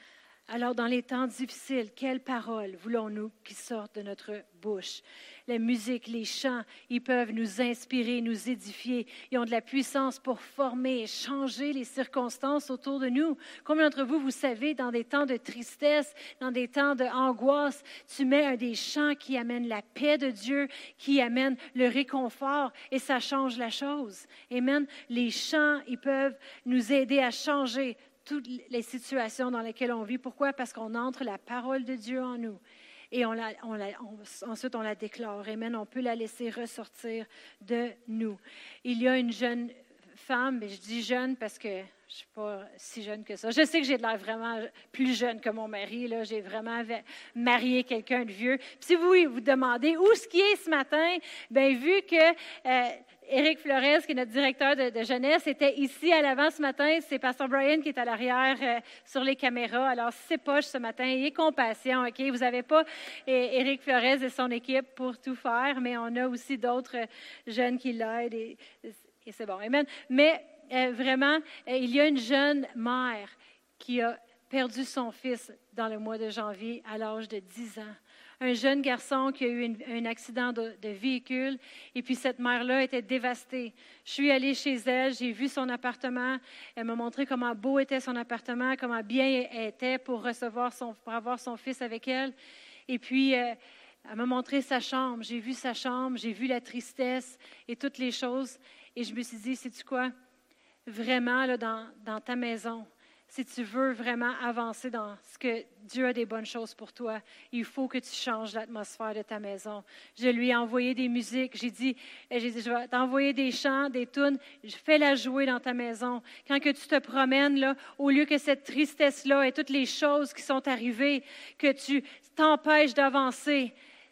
Alors, dans les temps difficiles, quelles paroles voulons-nous qui sortent de notre bouche? La musique, les chants, ils peuvent nous inspirer, nous édifier. Ils ont de la puissance pour former et changer les circonstances autour de nous. Combien d'entre vous, vous savez, dans des temps de tristesse, dans des temps d'angoisse, tu mets un des chants qui amènent la paix de Dieu, qui amènent le réconfort et ça change la chose. Amen. Les chants, ils peuvent nous aider à changer toutes les situations dans lesquelles on vit. Pourquoi? Parce qu'on entre la parole de Dieu en nous. Et on la, on la, on, ensuite, on la déclare. Amen. On peut la laisser ressortir de nous. Il y a une jeune femme, mais je dis jeune parce que je ne suis pas si jeune que ça. Je sais que j'ai de l'air vraiment plus jeune que mon mari. Là. J'ai vraiment marié quelqu'un de vieux. Puis si vous vous demandez où est-ce qu'il est ce matin, bien, vu que... Euh, Éric Flores, qui est notre directeur de, de jeunesse, était ici à l'avant ce matin. C'est Pasteur Brian qui est à l'arrière euh, sur les caméras. Alors, c'est poche ce matin. Ayez compassion, OK? Vous n'avez pas Éric Flores et son équipe pour tout faire, mais on a aussi d'autres jeunes qui l'aident et, et c'est bon. Amen. Mais euh, vraiment, euh, il y a une jeune mère qui a perdu son fils dans le mois de janvier à l'âge de dix ans. Un jeune garçon qui a eu une, un accident de, de véhicule et puis cette mère-là était dévastée. Je suis allée chez elle, j'ai vu son appartement. Elle m'a montré comment beau était son appartement, comment bien elle était pour recevoir son, pour avoir son fils avec elle. Et puis, euh, elle m'a montré sa chambre. J'ai vu sa chambre, j'ai vu la tristesse et toutes les choses. Et je me suis dit, sais-tu quoi? Vraiment, là, dans, dans ta maison, si tu veux vraiment avancer dans ce que Dieu a des bonnes choses pour toi, il faut que tu changes l'atmosphère de ta maison. Je lui ai envoyé des musiques. J'ai dit, j'ai dit je vais t'envoyer des chants, des tunes. Fais-la jouer dans ta maison. Quand que tu te promènes, là, au lieu que cette tristesse-là et toutes les choses qui sont arrivées, que tu t'empêches d'avancer,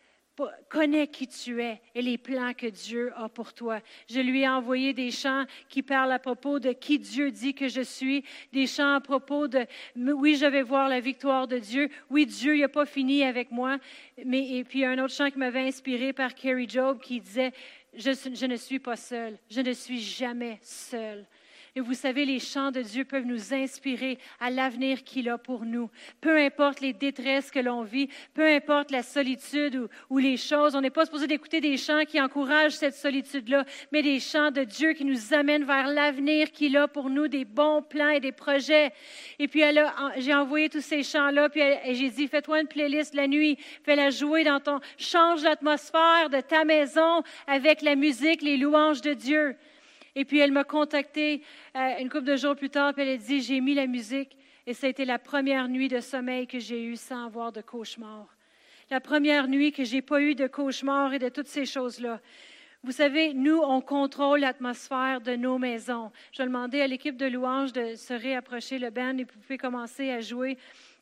connais qui tu es et les plans que Dieu a pour toi. Je lui ai envoyé des chants qui parlent à propos de qui Dieu dit que je suis, des chants à propos de oui, je vais voir la victoire de Dieu. Oui, Dieu n'a pas fini avec moi. Mais, et puis un autre chant qui m'avait inspiré par Carrie Job qui disait je, je ne suis pas seule, je ne suis jamais seule. Et vous savez, les chants de Dieu peuvent nous inspirer à l'avenir qu'il a pour nous. Peu importe les détresses que l'on vit, peu importe la solitude ou, ou les choses, on n'est pas supposé d'écouter des chants qui encouragent cette solitude-là, mais des chants de Dieu qui nous amènent vers l'avenir qu'il a pour nous, des bons plans et des projets. Et puis, elle a, j'ai envoyé tous ces chants-là, puis elle, et j'ai dit, fais-toi une playlist la nuit, fais-la jouer dans ton... Change l'atmosphère de ta maison avec la musique, les louanges de Dieu. Et puis, elle m'a contactée euh, une couple de jours plus tard, puis elle a dit, j'ai mis la musique et ça a été la première nuit de sommeil que j'ai eue sans avoir de cauchemar. La première nuit que je n'ai pas eu de cauchemar et de toutes ces choses-là. Vous savez, nous, on contrôle l'atmosphère de nos maisons. Je vais demander à l'équipe de louanges de se réapprocher le band et vous pouvez commencer à jouer.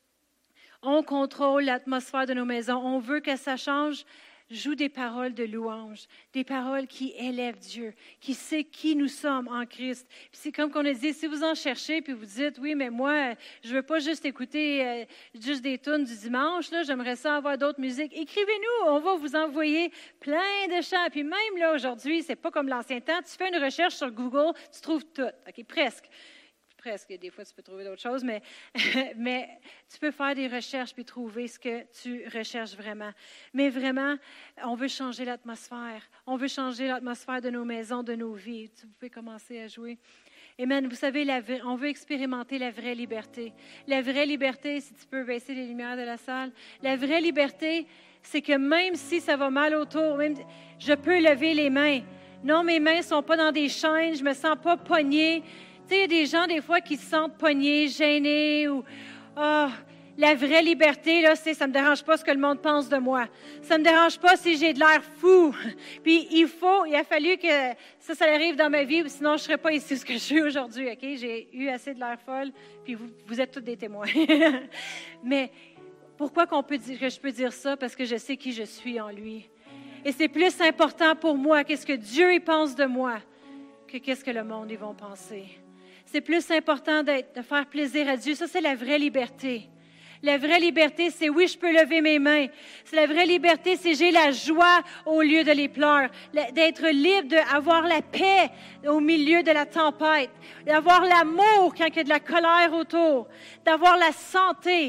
On contrôle l'atmosphère de nos maisons. On veut que ça change. Joue des paroles de louange, des paroles qui élèvent Dieu, qui sait qui nous sommes en Christ. Puis c'est comme qu'on a dit, si vous en cherchez, puis vous dites, oui, mais moi, je ne veux pas juste écouter euh, juste des tunes du dimanche, là, j'aimerais ça avoir d'autres musiques. Écrivez-nous, on va vous envoyer plein de chants. Puis même là, aujourd'hui, c'est pas comme l'ancien temps, tu fais une recherche sur Google, tu trouves tout, OK, presque. Presque, des fois tu peux trouver d'autres choses, mais, mais tu peux faire des recherches puis trouver ce que tu recherches vraiment. Mais vraiment, on veut changer l'atmosphère. On veut changer l'atmosphère de nos maisons, de nos vies. Vous pouvez commencer à jouer. Amen. Vous savez, la, on veut expérimenter la vraie liberté. La vraie liberté, si tu peux baisser les lumières de la salle, la vraie liberté, c'est que même si ça va mal autour, même, je peux lever les mains. Non, mes mains ne sont pas dans des chaînes, je ne me sens pas poignée. Tu sais, il y a des gens, des fois, qui se sentent pognés, gênés ou oh, la vraie liberté, là, c'est ça ne me dérange pas ce que le monde pense de moi. Ça ne me dérange pas si j'ai de l'air fou. Puis il faut, il a fallu que ça, ça arrive dans ma vie, sinon je ne serais pas ici ce que je suis aujourd'hui. OK? J'ai eu assez de l'air folle, puis vous, vous êtes tous des témoins. Mais pourquoi qu'on peut dire, que je peux dire ça? Parce que je sais qui je suis en lui. Et c'est plus important pour moi, qu'est-ce que Dieu il pense de moi, que qu'est-ce que le monde ils vont penser. C'est plus important d'être, de faire plaisir à Dieu. Ça, c'est la vraie liberté. La vraie liberté, c'est oui, je peux lever mes mains. C'est la vraie liberté, c'est j'ai la joie au lieu de les pleurs. D'être libre, d'avoir la paix au milieu de la tempête. D'avoir l'amour quand il y a de la colère autour. D'avoir la santé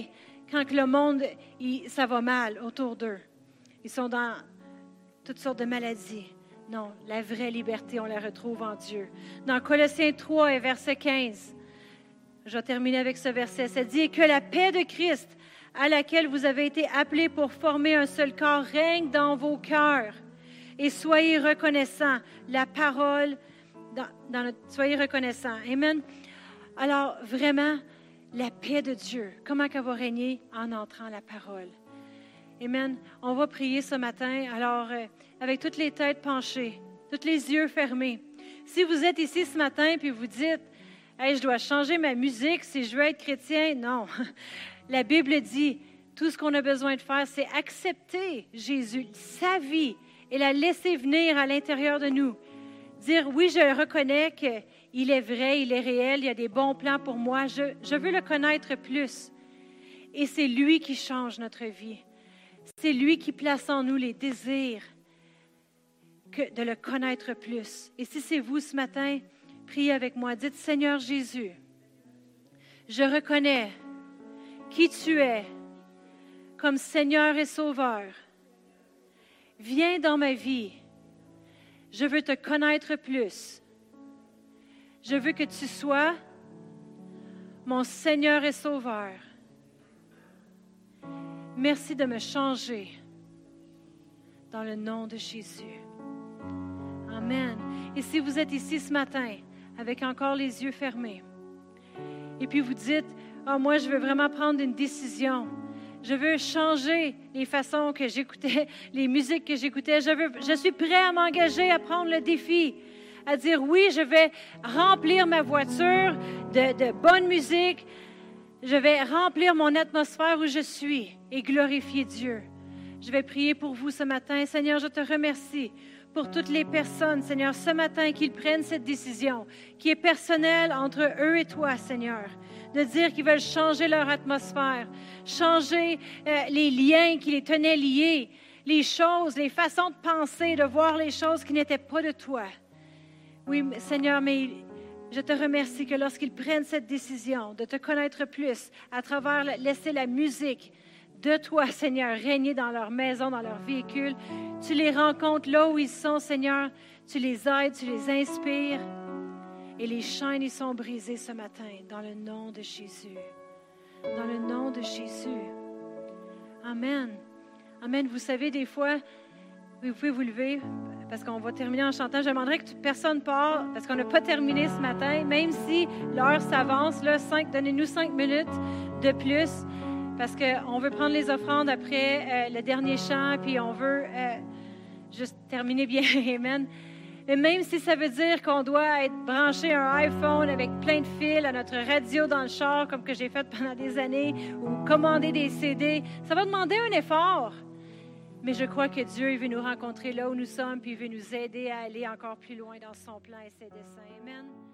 quand que le monde, il, ça va mal autour d'eux. Ils sont dans toutes sortes de maladies. Non, la vraie liberté, on la retrouve en Dieu. Dans Colossiens trois et verset quinze, je vais terminer avec ce verset. Ça dit « Que la paix de Christ, à laquelle vous avez été appelés pour former un seul corps, règne dans vos cœurs. Et soyez reconnaissants. » La parole, dans, dans notre, soyez reconnaissants. Amen. Alors, vraiment, la paix de Dieu, comment qu'elle va régner en entrant la parole. Amen. On va prier ce matin, alors, euh, avec toutes les têtes penchées, tous les yeux fermés. Si vous êtes ici ce matin et vous dites, « Hey, je dois changer ma musique si je veux être chrétien. » Non. La Bible dit, tout ce qu'on a besoin de faire, c'est accepter Jésus, sa vie, et la laisser venir à l'intérieur de nous. Dire, oui, je reconnais qu'il est vrai, il est réel, il y a des bons plans pour moi. Je, je veux le connaître plus. Et c'est lui qui change notre vie. C'est lui qui place en nous les désirs que de le connaître plus. Et si c'est vous ce matin, priez avec moi. Dites, Seigneur Jésus, je reconnais qui tu es comme Seigneur et Sauveur. Viens dans ma vie. Je veux te connaître plus. Je veux que tu sois mon Seigneur et Sauveur. Merci de me changer dans le nom de Jésus. Amen. Et si vous êtes ici ce matin avec encore les yeux fermés et puis vous dites, ah, moi je veux vraiment prendre une décision. Je veux changer les façons que j'écoutais, les musiques que j'écoutais. Je veux, je suis prêt à m'engager à prendre le défi, à dire oui, je vais remplir ma voiture de, de bonne musique. Je vais remplir mon atmosphère où je suis et glorifier Dieu. Je vais prier pour vous ce matin. Seigneur, je te remercie pour toutes les personnes, Seigneur, ce matin qu'ils prennent cette décision qui est personnelle entre eux et toi, Seigneur, de dire qu'ils veulent changer leur atmosphère, changer euh, les liens qui les tenaient liés, les choses, les façons de penser, de voir les choses qui n'étaient pas de toi. Oui, Seigneur, mais je te remercie que lorsqu'ils prennent cette décision de te connaître plus, à travers laisser la musique de toi, Seigneur, régner dans leur maison, dans leur véhicule, tu les rencontres là où ils sont, Seigneur, tu les aides, tu les inspires. Et les chaînes, ils sont brisées ce matin, dans le nom de Jésus. Dans le nom de Jésus. Amen. Amen. Vous savez, des fois, vous pouvez vous lever, parce qu'on va terminer en chantant. Je demanderais que personne part, parce qu'on n'a pas terminé ce matin, même si l'heure s'avance, là, cinq, donnez-nous cinq minutes de plus, parce qu'on veut prendre les offrandes après euh, le dernier chant, puis on veut euh, juste terminer bien. Amen. Mais même si ça veut dire qu'on doit être branché à un iPhone avec plein de fils, à notre radio dans le char, comme que j'ai fait pendant des années, ou commander des C D, ça va demander un effort. Mais je crois que Dieu il veut nous rencontrer là où nous sommes, puis il veut nous aider à aller encore plus loin dans son plan et ses desseins. Amen.